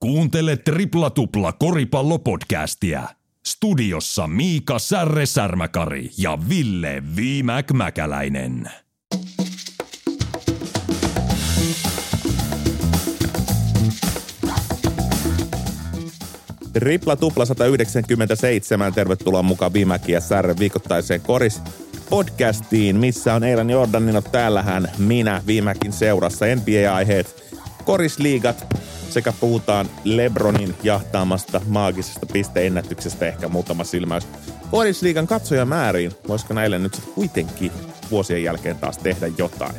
Kuuntele Tripla Tupla koripallopodcastia. Studiossa Miika Särre-Särmäkari ja Ville Viimäk-Mäkäläinen. Tripla Tupla 197. Tervetuloa mukaan Viimäki ja Särre viikoittaiseen Koris-podcastiin, missä on Eilan Jordanino. Täällähän minä Viimäkin seurassa NBA-aiheet, Korisliigat sekä puhutaan LeBronin jahtaamasta maagisesta pisteennätyksestä, ehkä muutama silmäys Korisliigan katsojamääriin. Voisiko näille nyt kuitenkin vuosien jälkeen taas tehdä jotain?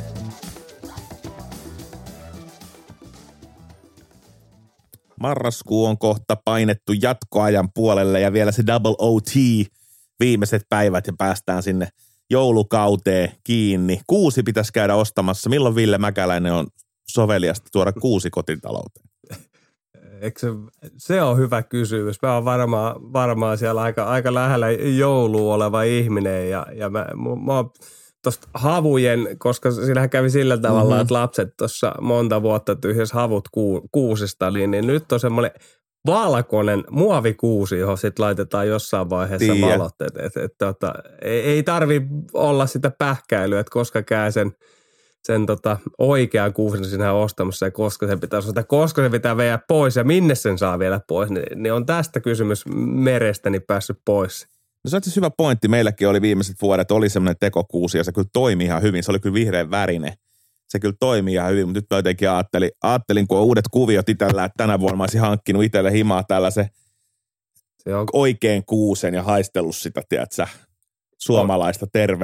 Marraskuu on kohta painettu jatkoajan puolelle ja vielä se double OT viimeiset päivät ja päästään sinne joulukauteen kiinni. 6 pitäisi käydä ostamassa. Milloin Ville Mäkäläinen on soveliasta tuoda 6 kotitalouteen? Eikö se on hyvä kysymys. Mä oon varmaan siellä aika lähellä joulua oleva ihminen ja mä oon tuosta havujen, koska siinähän kävi sillä tavalla, että lapset tuossa monta vuotta tyhjäs havut kuusista, niin nyt on semmoinen valkoinen muovikuusi, johon sitten laitetaan jossain vaiheessa valot. Ei tarvi olla sitä pähkäilyä, että koska käy sen oikean kuusen siinä ostamassa ja koska se pitää ostaa, koska se pitää viedä pois ja minne sen saa viedä pois, niin on tästä kysymys merestäni päässyt pois. No se on siis hyvä pointti. Meilläkin oli viimeiset vuodet, oli semmoinen tekokuusi ja se kyllä toimi ihan hyvin. Se oli kyllä vihreän värinen. Se kyllä toimii ihan hyvin, mutta nyt mä jotenkin ajattelin, kun on uudet kuviot itsellä, että tänä vuonna mä olisin hankkinut itselle himaa tällaisen oikein kuusen ja haistellut sitä, tiedätkö, suomalaista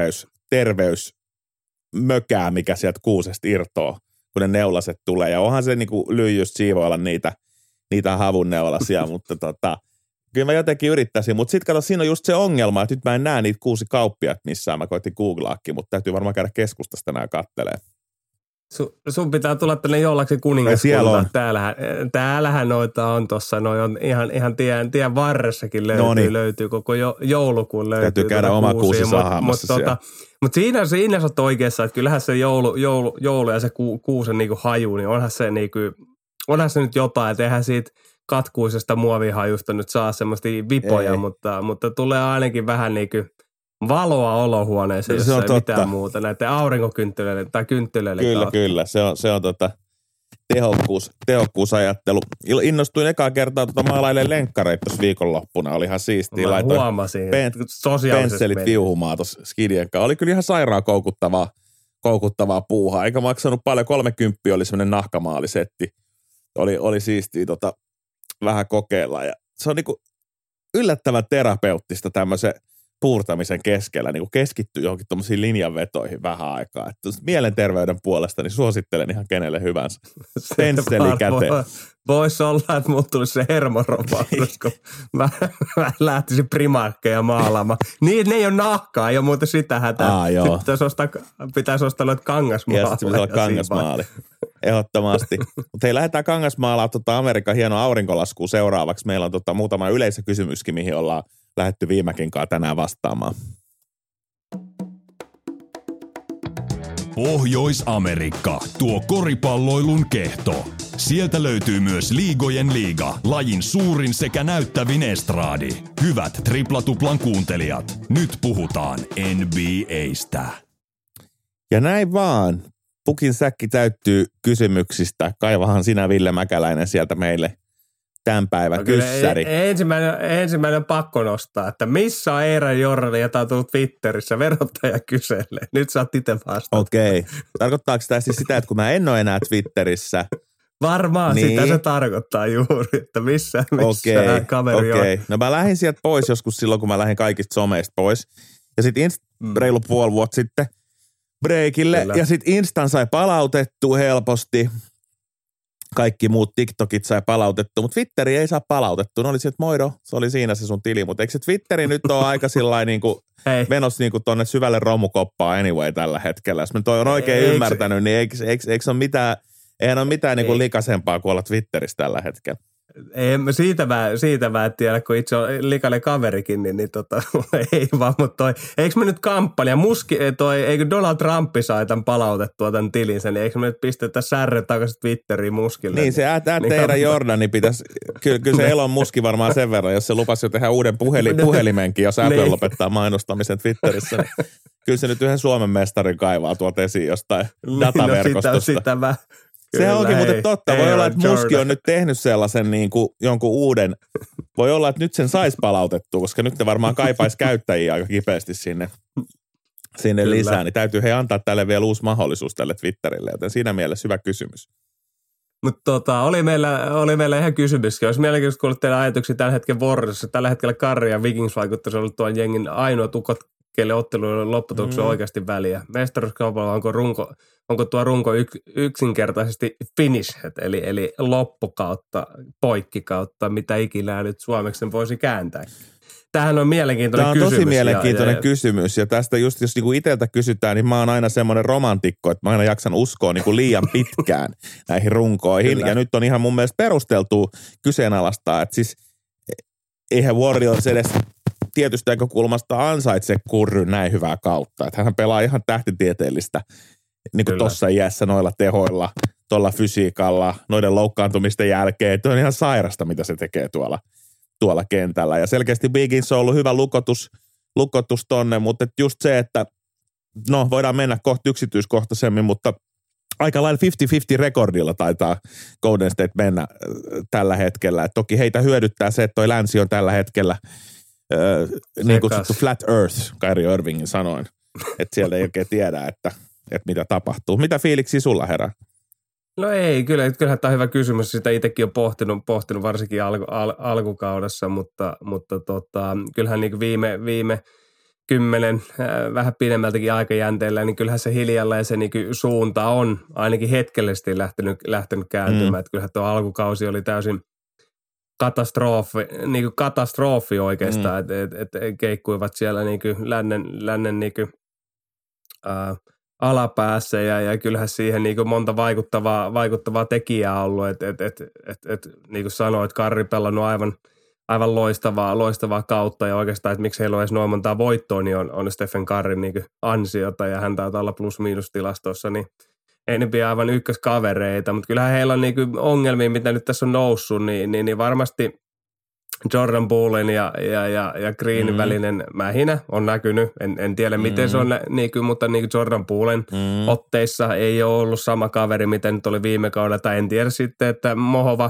terveysmökää, mikä sieltä kuusesta irtoo, kun ne neulaset tulee. Ja onhan se niin kuin lyijystä siivoilla niitä havun neulasia, mutta kyllä mä jotenkin yrittäisin, mutta sitten kato, siinä on just se ongelma, että nyt mä en näe niitä 6 kauppiaat missään. Mä koitin googlaakin, mutta täytyy varmaan käydä keskustasta tänään kattelemaan. Sun pitää tulla tänne jollakin kuningaskuntaan. Täällähän noita on tuossa, noi on ihan tien varressakin löytyy koko joulukuun löytyy. Täytyy käydä oma kuusi sahaamassa siellä. Mutta siinä sä oot oikeassa, että kyllähän se joulu ja se kuusen niinku haju, niin onhan se nyt jotain, että eihän siitä katkuisesta muovihajusta nyt saa semmoista vipoja, mutta tulee ainakin vähän niinku valoa olohuoneeseen, jos ei mitään muuta, näiden aurinkokynttilöiden tai kynttilöiden kautta. Kyllä, se on tehokkuusajattelu. Innostuin ekaa kertaa maalailemaan lenkkareita tuossa viikonloppuna, oli ihan siistiä. Mä huomasin, pensselit viuhumaan tuossa skidien kanssa. Oli kyllä ihan sairaan koukuttavaa puuhaa, eikä maksanut paljon, 30 oli semmoinen nahkamaalisetti. Oli siistiä vähän kokeilla ja se on niinku yllättävän terapeuttista tämmöisen puurtamisen keskellä, niinku keskittyy johonkin tommosiin linjanvetoihin vähän aikaa. Että mielenterveyden puolesta niin suosittelen ihan kenelle hyvänsä. Pensseli käteen. Voisi olla, että mulla tulisi se hermoropahdus, kun mä lähtisin Primarkkeja maalaamaan. Niin, ne ei ole nahkaa, ei ole muuta sitä hätää. Pitäisi ostaa noita kangasmaaleja. Ja sitten pitäisi olla kangasmaali. Ehdottomasti. Mutta hei, lähdetään kangasmaalaa Amerikan hienoa aurinkolaskua seuraavaksi. Meillä on muutama yleisökysymyskin, mihin ollaan lähdetty Viimäkin kanssa tänään vastaamaan. Pohjois-Amerikka, tuo koripalloilun kehto. Sieltä löytyy myös Liigojen liiga, lajin suurin sekä näyttävin estraadi. Hyvät Tripla-tuplan kuuntelijat, nyt puhutaan NBA:stä. Ja näin vaan. Pukin säkki täyttyy kysymyksistä. Kaivahan sinä, Ville Mäkäläinen, sieltä meille tämän päivän kyssäri. Ensimmäinen pakko nostaa, että missä on Eera Jordan, jota on tullut Twitterissä, verottaja kyselee. Nyt sä oot itse vastata. Okei. Tarkoittaako tämä siis sitä, että kun mä en ole enää Twitterissä? Varmaan niin. Sitä se tarkoittaa juuri, että missä kaveri on. No mä lähdin sieltä pois joskus silloin, kun mä lähdin kaikista someista pois. Ja sitten reilu puoli vuotta sitten breakille. Kyllä. Ja sitten Instan sai palautettua helposti. Kaikki muut TikTokit sai palautettua, mutta Twitteri ei saa palautettua. Ne oli se, että moido, se oli siinä se sun tili. Mutta eikö se Twitteri nyt ole aika sillain niinku menossa niinku tonne syvälle romukoppaan anyway tällä hetkellä? Jos mä toi on oikein ymmärtänyt, niin eikö ole mitään, eihän ole mitään niinku likaisempaa kuin olla Twitterissä tällä hetkellä. Siitä mä en tiedä, kun itse on likainen kaverikin, niin ei vaan, mutta eikö me nyt kampanja, eikö Donald Trump sai tämän palautettua tämän tilinsä, niin eikö me nyt pistetä särret takaisin Twitteriin Muskille? Niin, se teidän Jordani pitäisi, kyllä se Elon Muski varmaan sen verran, jos se lupasi jo tehdä uuden puhelimenkin, jos Apple lopettaa mainostamisen Twitterissä, niin kyllä se nyt yhden Suomen mestarin kaivaa tuolta esiin jostain dataverkostosta. Sehän onkin muuten totta. Voi olla, että Muski on nyt tehnyt sellaisen niin kuin jonkun uuden. Voi olla, että nyt sen saisi palautettua, koska nyt ne varmaan kaipaisi käyttäjiä aika kipeästi sinne lisää. Niin täytyy antaa tälle vielä uusi mahdollisuus tälle Twitterille, joten siinä mielessä hyvä kysymys. Mutta oli meillä ihan kysymyskin. Olisi mielenkiintoista kuulla teidän ajatuksia tämän hetken Warriorissa. Tällä hetkellä Curry ja Wiggins vaikuttaisi olla tuon jengin ainoa tukot, kelle otteluille lopputuloksessa oikeasti väliä. Mestaruuskaupalla onko tuo runko yksinkertaisesti finished, eli loppukautta, poikkikautta, mitä ikinä nyt suomeksi sen voisi kääntää. Tämähän on mielenkiintoinen kysymys. Tämä on tosi mielenkiintoinen kysymys, ja tästä just jos niinku itseltä kysytään, niin mä oon aina semmoinen romantikko, että mä aina jaksan uskoa niinku liian pitkään näihin runkoihin, ja nyt on ihan mun mielestä perusteltu kyseenalaistaa, että siis eihän Warriors edes tietystä näkökulmasta ansaitse Curryn näin hyvää kautta, että hän pelaa ihan tähtitieteellistä niin kuin tuossa iässä noilla tehoilla, tuolla fysiikalla, noiden loukkaantumisten jälkeen. Että on ihan sairasta, mitä se tekee tuolla kentällä. Ja selkeästi Wiggins on ollut hyvä lukotus tonne, mutta just se, että no voidaan mennä kohta yksityiskohtaisemmin, mutta aika lailla 50-50 rekordilla taitaa Golden State mennä tällä hetkellä. Et toki heitä hyödyttää se, että toi länsi on tällä hetkellä niin kutsuttu flat earth, Kyrie Irvingin sanoin. Että siellä ei oikein tiedä, että mitä tapahtuu. Mitä fiiliksi sulla herää? No ei, kyllähän tämä on hyvä kysymys. Sitä itsekin on pohtinut varsinkin alkukaudessa, mutta kyllähän niin viime 10 vähän pidemmältäkin aikajänteellä, niin kyllähän se hiljalla ja se niin suunta on ainakin hetkellisesti lähtenyt kääntymään. Että kyllähän tuo alkukausi oli täysin katastrofi oikeastaan, että keikkuivat siellä niin lännen niin alapäässä ja kyllähän siihen niin kuin monta vaikuttavaa tekijää ollut, että niin kuin sanoit, Curry pelannut aivan loistavaa kautta ja oikeastaan, että miksi heillä on edes noin montaa voittoa, niin on Stephen Curryn niin kuin ansiota ja hän taitaa olla plus-miinus-tilastossa, niin ei ne pidä aivan ykköskavereita, mutta kyllähän heillä on niin kuin ongelmia, mitä nyt tässä on noussut, niin varmasti Jordan Poolen ja Greenin välinen mähinä on näkynyt. En tiedä, miten se on, mutta Jordan Poolen otteissa ei ole ollut sama kaveri, mitä nyt oli viime kaudella. Tai en tiedä sitten, että mohova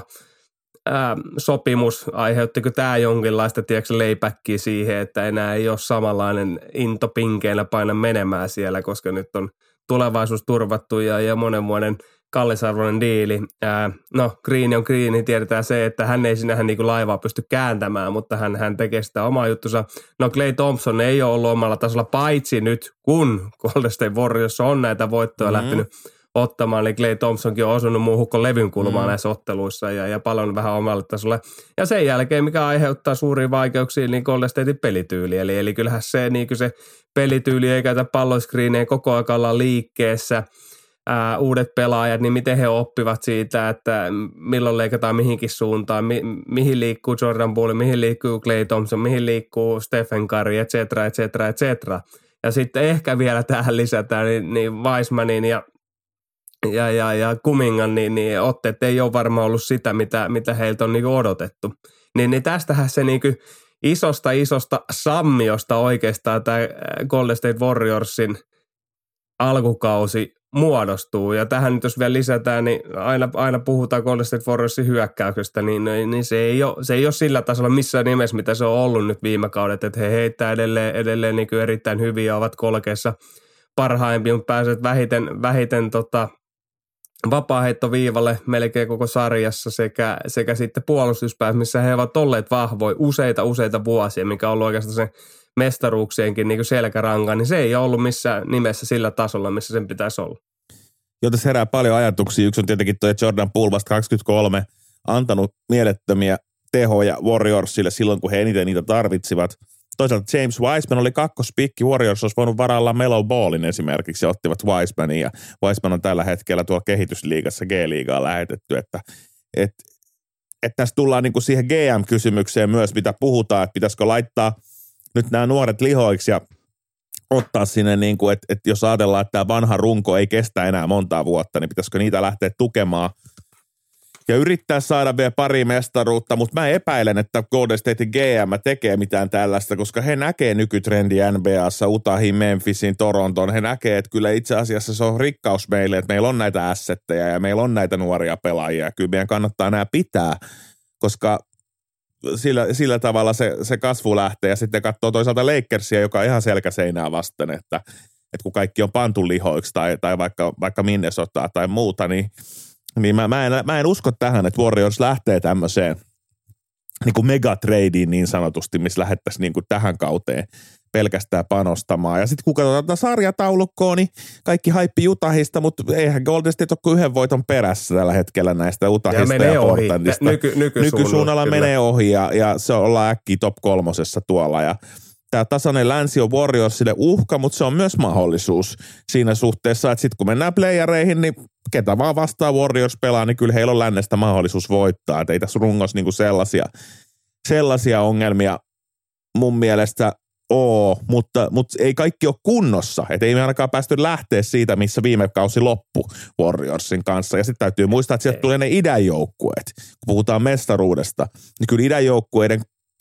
sopimus, aiheuttiko tämä jonkinlaista, laybackia siihen, että enää ei ole samanlainen into pinkeillä paina menemään siellä, koska nyt on tulevaisuus turvattu ja monen vuoden kallisarvoinen diili. Green on Green, niin tiedetään se, että hän ei sinähän niin kuin laivaa pysty kääntämään, mutta hän tekee sitä omaa juttusa. No Klay Thompson ei ole ollut omalla tasolla, paitsi nyt, kun Golden State Warriors on näitä voittoja lähtenyt ottamaan, niin Klay Thompsonkin on osunut muuhun kuin levyn kulmaan näissä otteluissa ja palannut vähän omalle tasolle. Ja sen jälkeen, mikä aiheuttaa suuria vaikeuksia, niin Golden Statein pelityyli. Eli kyllähän se, niin kuin se pelityyli ei käytä palloskriinejä koko ajan ollaan liikkeessä. Uudet pelaajat, niin miten he oppivat siitä, että milloin leikataan mihinkin suuntaan, mihin liikkuu Jordan Poole, mihin liikkuu Klay Thompson, mihin liikkuu Stephen Curry, et cetera. Ja sitten ehkä vielä tähän lisätään niin Weissmanin ja Kumingan, niin otteet ei ole varmaan ollut sitä, mitä heiltä on niin odotettu. Niin tästähän se niin isosta sammiosta oikeastaan tämä Golden State Warriorsin alkukausi muodostuu. Ja tähän nyt jos vielä lisätään, niin aina puhutaan Golden State Warriorsin hyökkäyksestä, niin se ei ole sillä tasolla missään nimessä, mitä se on ollut nyt viime kaudet, että he heittää edelleen niin kuin erittäin hyviä ja ovat kolkeessa parhaimpia, mutta pääsevät vähiten vapaaheittoviivalle melkein koko sarjassa sekä sitten puolustuspäässä, missä he ovat olleet vahvoja useita vuosia, mikä on ollut oikeastaan se mestaruuksienkin niin kuin selkäranka, niin se ei ole ollut missään nimessä sillä tasolla, missä sen pitäisi olla. Joo, tässä herää paljon ajatuksia. Yksi on tietenkin tuo Jordan Poole vasta 23, antanut mielettömiä tehoja Warriorsille silloin, kun he eniten niitä tarvitsivat. Toisaalta James Wiseman oli kakkospikki. Warriors olisi voinut varailla Melo Ballin esimerkiksi ja ottivat Wisemanin. Ja Wiseman on tällä hetkellä tuolla kehitysliigassa G-liigaan lähetetty. Että että tässä tullaan niin kuin siihen GM-kysymykseen myös, mitä puhutaan, että pitäisikö laittaa nyt nämä nuoret lihoiksi ja ottaa sinne, niin kuin, että jos ajatellaan, että tämä vanha runko ei kestä enää montaa vuotta, niin pitäisikö niitä lähteä tukemaan ja yrittää saada vielä pari mestaruutta, mutta mä epäilen, että Golden Statein GM tekee mitään tällaista, koska he näkee nykytrendiä NBAssa, Utahin, Memphisin, Toronton. He näkee, että kyllä itse asiassa se on rikkaus meille, että meillä on näitä assetteja ja meillä on näitä nuoria pelaajia. Kyllä meidän kannattaa nämä pitää, koska sillä tavalla se kasvu lähtee. Ja sitten katsoo toisaalta Lakersia, joka on ihan selkäseinää vasten, että kun kaikki on pantu lihoiksi tai vaikka Minnesotaa tai muuta, niin mä en usko tähän, että Warriors lähtee tämmöiseen niin kuin megatradeen niin sanotusti, missä lähdettäisiin niin kuin tähän kauteen pelkästään panostamaan. Ja sitten kun katsotaan sarjataulukkoa, niin kaikki haippi Utahista, mutta eihän Golden State ole kuin yhden voiton perässä tällä hetkellä näistä Utahista ja Portlandista. Nykysuunnalla menee ohi ja se ollaan äkkiä top 3 tuolla ja tämä tasainen länsi on Warriorsille uhka, mutta se on myös mahdollisuus siinä suhteessa, että sitten kun mennään playereihin, niin ketä vaan vastaan Warriors pelaa, niin kyllä heillä on lännestä mahdollisuus voittaa. Et ei tässä rungossa niinku sellaisia ongelmia mun mielestä ole, mutta ei kaikki ole kunnossa. Et ei me ainakaan päästy lähteä siitä, missä viime kausi loppu Warriorsin kanssa. Ja sitten täytyy muistaa, että sieltä tulee ne idän joukkueet. Kun puhutaan mestaruudesta, niin kyllä idän joukkueiden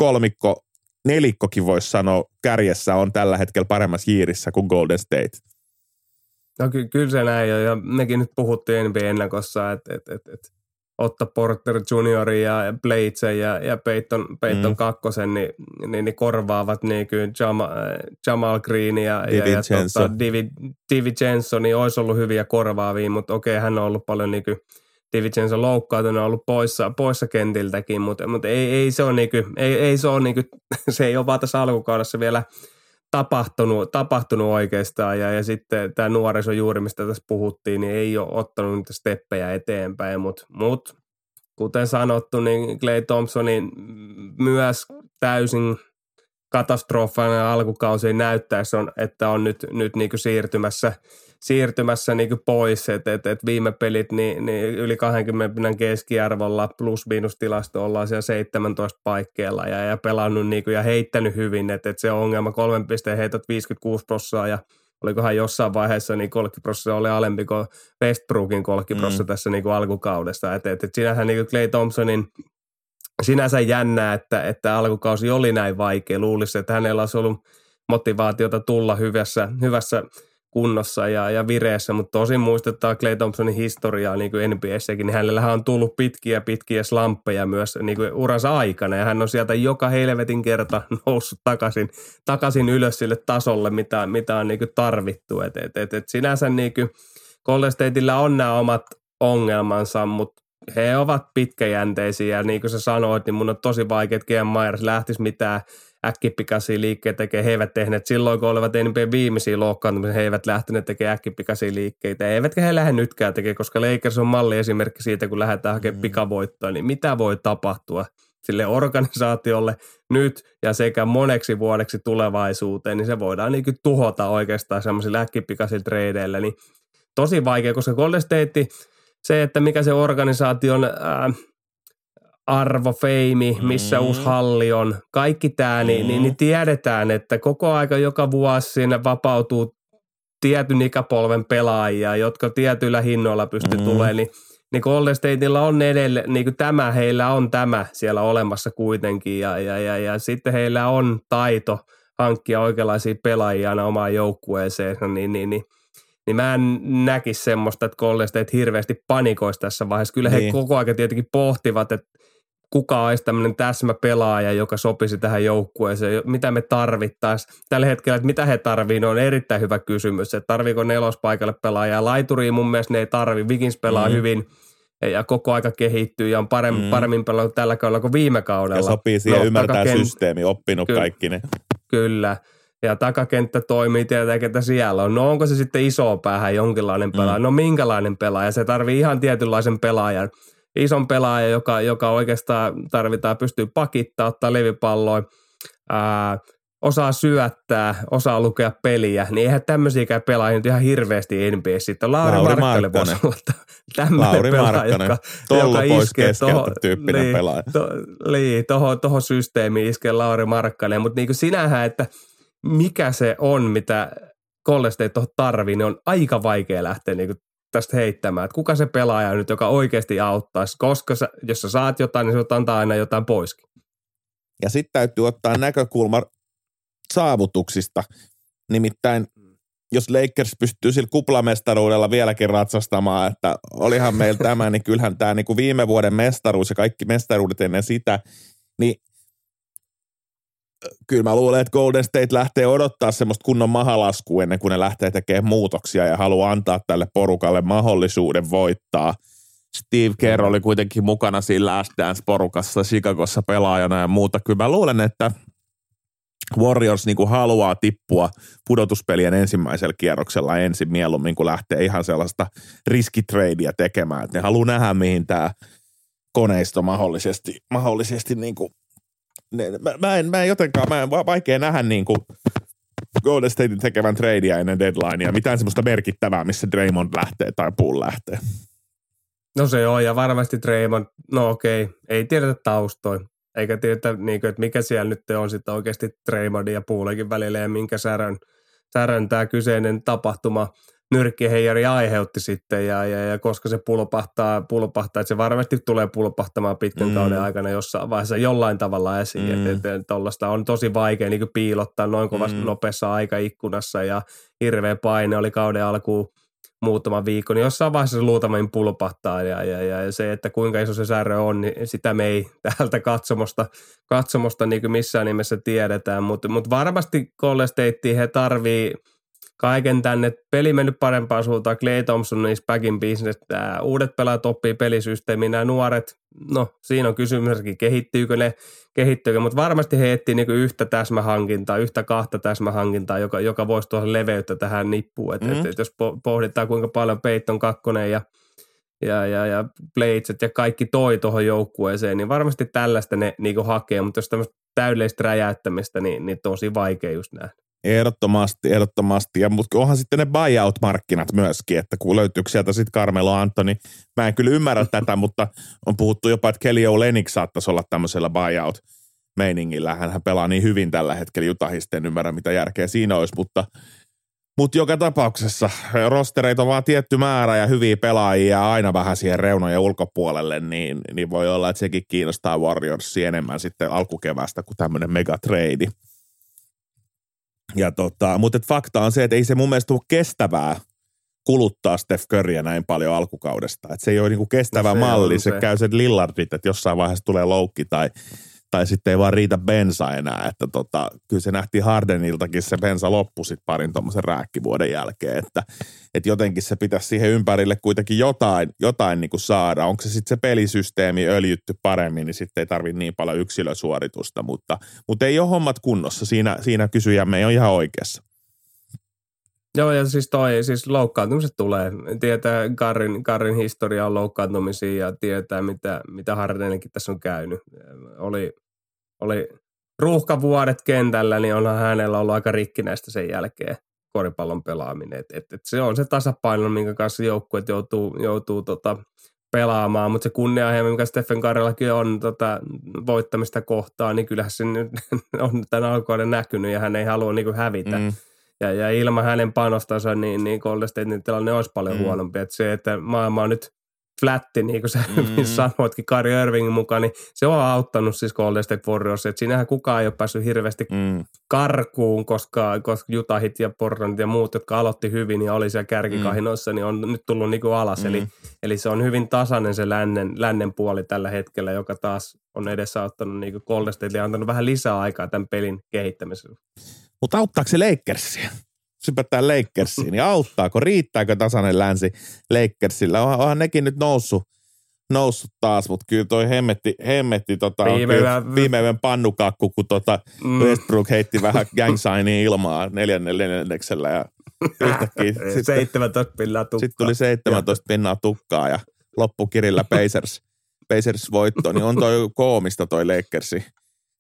nelikkokin voisi sanoa kärjessä on tällä hetkellä paremmassa jiirissä kuin Golden State. No kyllä se näin on, ja mekin nyt puhuttiin NBA-ennakossa, että Otto Porter Jr. ja Bledsoe ja Peyton kakkosen, niin korvaavat niin kuin Jamal Green ja DiVincenzo, niin olisi ollut hyviä korvaavia, mutta okei, hän on ollut paljon niin kuin DiVincenzo loukkaantunut, on ollut poissa kentiltäkin, mutta ei se ole niinku, se ei ole vaan tässä alkukaudessa vielä tapahtunut oikeastaan ja sitten tämä nuoriso juuri, mistä tässä puhuttiin, niin ei ole ottanut niitä steppejä eteenpäin, mutta kuten sanottu, niin Klay Thompsonin myös täysin katastrofaalinen alkukausi näyttäisi, että on nyt niinku siirtymässä niinku pois, että viime pelit niin yli 20 keskiarvolla plus-miinus-tilasto ollaan siellä 17 paikkeilla ja pelannut niinku ja heittänyt hyvin, että se on ongelma 3 pisteen heitot 56% ja olikohan jossain vaiheessa niin 30% oli alempi kuin Westbrookin 30% tässä niinku alkukaudesta, että sinähän niinku Klay Thompsonin sinänsä jännää, että alkukausi oli näin vaikea. Luulisi, että hänellä olisi ollut motivaatiota tulla hyvässä kunnossa ja vireessä, mutta tosin muistetaan Klay Thompsonin historiaa niin kuin NBA:ssäkin, niin hänellähän on tullut pitkiä slamppeja myös niin kuin uransa aikana, ja hän on sieltä joka helvetin kerta noussut takaisin ylös sille tasolle, mitä on niin kuin tarvittu. Et sinänsä niin kuin Golden Stateillä on nämä omat ongelmansa, mutta he ovat pitkäjänteisiä, ja niin kuin sä sanoit, niin mun on tosi vaikea, että Kean Myers lähtisi mitään äkkipikaisia liikkeitä tekemään. He eivät tehneet silloin, kun olivat NBA viimeisiä loukkaantumisia, he eivät lähteneet tekemään äkkipikaisia liikkeitä. Eivätkä he lähde nytkään tekemään, koska Lakers on malliesimerkki siitä, kun lähdetään hakemaan pikavoittoa, niin mitä voi tapahtua sille organisaatiolle nyt ja sekä moneksi vuodeksi tulevaisuuteen, niin se voidaan niin kuin tuhota oikeastaan semmoisilla äkkipikaisilla tradeilla. Niin tosi vaikea, koska Golden State, se, että mikä se organisaation arvo, feimi, missä uusi halli on, kaikki tämä, niin tiedetään, että koko aika joka vuosi siinä vapautuu tietyn ikäpolven pelaajia, jotka tietyillä hinnoilla pystyy tulemaan, niin Golden Stateilla on edelleen, niin kuin tämä, heillä on tämä siellä olemassa kuitenkin, ja sitten heillä on taito hankkia oikeanlaisia pelaajia aina omaan joukkueeseensa, niin mä en näkisi semmoista, että Golden State hirveästi panikoisi tässä vaiheessa. Kyllä he koko ajan tietenkin pohtivat, että kuka olisi tämmöinen täsmäpelaaja, joka sopisi tähän joukkueeseen, mitä me tarvittaisiin. Tällä hetkellä, että mitä he tarvitsevat, on erittäin hyvä kysymys, että tarviiko nelospaikalle pelaajaa. Laituriin mun mielestä ne ei tarvitse. Vikings pelaa hyvin ja koko aika kehittyy ja on paremmin pelannut tällä kaudella kuin viime kaudella. Ja sopii siihen, ymmärtää systeemi, oppinut kaikki ne. Kyllä. Ja takakenttä toimii, tietää, ketä siellä on. No onko se sitten iso päähän jonkinlainen pelaaja? No minkälainen pelaaja? Se tarvii ihan tietynlaisen pelaajan. Ison pelaaja, joka oikeastaan pystyy pakittaa, ottaa levipalloa. osaa syöttää, osaa lukea peliä, niin eihän tämmöisiäkään pelaajia nyt ihan hirveästi NBA:ssä. Sitten Lauri Markkanen voisi olla tämmöinen pelaaja, joka iskee tyyppinen pelaaja. Tuohon systeemiin iskee Lauri Markkanen, mutta niin kuin sinähän, että mikä se on, mitä Golden State tuohon tarvii, niin on aika vaikea lähteä niin kuin tästä heittämään. Että kuka se pelaaja nyt, joka oikeasti auttaisi, koska jos sä saat jotain, niin se antaa aina jotain poiskin. Ja sitten täytyy ottaa näkökulma saavutuksista. Nimittäin, jos Lakers pystyy sillä kuplamestaruudella vieläkin ratsastamaan, että olihan meillä tämä, niin kyllähän tämä niin kuin viime vuoden mestaruus ja kaikki mestaruudet ennen sitä, niin kyllä mä luulen, että Golden State lähtee odottaa semmoista kunnon mahalaskua ennen kuin ne lähtee tekemään muutoksia ja haluaa antaa tälle porukalle mahdollisuuden voittaa. Steve Kerr oli kuitenkin mukana siinä Last Dance-porukassa Chicagossa pelaajana ja muuta. Kyllä mä luulen, että Warriors niin kuin haluaa tippua pudotuspelien ensimmäisellä kierroksella ensin mieluummin, kun lähtee ihan sellaista riskitradea tekemään. Että ne haluaa nähdä, mihin tämä koneisto mahdollisesti niin kuin mä en jotenkaan, vaikea nähdä niin kuin Golden Statein tekevän tradea ennen deadlinea, mitään semmoista merkittävää, missä Draymond lähtee tai Poole lähtee. No se on, ja varmasti Draymond, no okei, ei tiedetä taustoja, eikä tiedetä, niin kuin, että mikä siellä nyt on sitten oikeasti Draymondin ja Poolekin välillä, ja minkä särön tämä kyseinen tapahtuma nyrkkiheijari aiheutti sitten, ja koska se pulpahtaa, että se varmasti tulee pulpahtamaan pitkän kauden aikana jossain vaiheessa jollain tavalla esiin, että tuollaista on tosi vaikea niin kuin piilottaa noin kovassa nopeassa aikaikkunassa, ja hirveä paine oli kauden alkuun muutama viikko, niin jossain vaiheessa se luultavasti pulpahtaa, ja se, että kuinka iso se särö on, niin sitä me ei täältä katsomosta niin kuin missään nimessä tiedetään, mutta varmasti Golden State he tarvii kaiken tänne, peli mennyt parempaan suuntaan, Klay Thompson is back in business, uudet pelaajat oppii pelisysteemiin, nämä nuoret, no siinä on kysymyskin, kehittyykö, mutta varmasti he etsii niin yhtä täsmähankintaa, yhtä kahta täsmähankintaa, joka voisi tuoda leveyttä tähän nippuun, että jos pohditaan kuinka paljon Peyton 2 ja Bladset ja kaikki toi tuohon joukkueeseen, niin varmasti tällaista ne niin hakee, mutta jos tämmöistä täydellistä räjäyttämistä, niin tosi vaikea just nähdä. Ehdottomasti. Ja mutta onhan sitten ne buyout-markkinat myöskin, että kun löytyykö sieltä sitten Carmelo Anthony. Mä en kyllä ymmärrä tätä, mutta on puhuttu jopa, että Kelly Olynyk saattaisi olla tämmöisellä buyout-meiningillä. Hän pelaa niin hyvin tällä hetkellä Utahista, en ymmärrä mitä järkeä siinä olisi, mutta joka tapauksessa rostereita on vaan tietty määrä ja hyviä pelaajia aina vähän siihen reunojen ulkopuolelle, niin voi olla, että sekin kiinnostaa Warriorsia enemmän sitten alkukevästä kuin tämmöinen megatrade. Ja mutta fakta on se, että ei se mun mielestä ole kestävää kuluttaa Steph Curryä näin paljon alkukaudesta. Että se ei ole niinku kestävä malli, se käy sen Lillardit, että jossain vaiheessa tulee loukki tai sitten ei vaan riitä bensa enää. Että kyllä se nähtiin Hardeniltakin, se bensa loppui sitten parin tommosen rääkkivuoden jälkeen, että jotenkin se pitäisi siihen ympärille kuitenkin jotain niinku saada. Onko se sitten se pelisysteemi öljytty paremmin, niin sitten ei tarvitse niin paljon yksilösuoritusta, mutta ei ole hommat kunnossa. Siinä kysyjämme ei ole ihan oikeassa. Joo, ja siis loukkaantumiset tulee. Tietää Garrin historia on loukkaantumisia ja tietää, mitä Hardenillekin tässä on käynyt. Oli ruuhkavuodet kentällä, niin onhan hänellä ollut aika rikkinäistä sen jälkeen koripallon pelaaminen. Et se on se tasapaino, minkä kanssa joukkueet joutuu pelaamaan, mutta se kunnianhimo, mikä Stephen Curryllakin on voittamista kohtaan, niin kyllähän se nyt on tämän alkuuden näkynyt ja hän ei halua niin kuin hävitä. Ja ilman hänen panostansa, niin Golden Statein tilanne olisi paljon huonompi. Että se, että maailma on nyt flätti, niin kuin sä sanoitkin Kyrie Irvingin mukaan, niin se on auttanut siis Golden State Warriors. Että siinähän kukaan ei ole päässyt hirveästi karkuun, koska Utahit ja Portland ja muut, jotka aloitti hyvin ja oli siellä kärkikahinoissa, niin on nyt tullut niin kuin alas. Eli se on hyvin tasainen se lännen puoli tällä hetkellä, joka taas on edesauttanut niin kuin Golden State ja antanut vähän lisää aikaa tämän pelin kehittämiselle. Mutta auttaako se Lakersia? Sypätään Lakersiin, niin auttaako? Riittääkö tasainen länsi Lakersilla? Onhan nekin nyt noussut taas, mutta kyllä toi hemmetti viimeinen pannukakku, kun Westbrook heitti vähän gang signia ilmaa 4. ja yhtäkkiä 17 pinnaa tukkaa. Sitten tuli 17 pinnaa tukkaa ja loppukirillä Pacers voitto, niin on toi koomista toi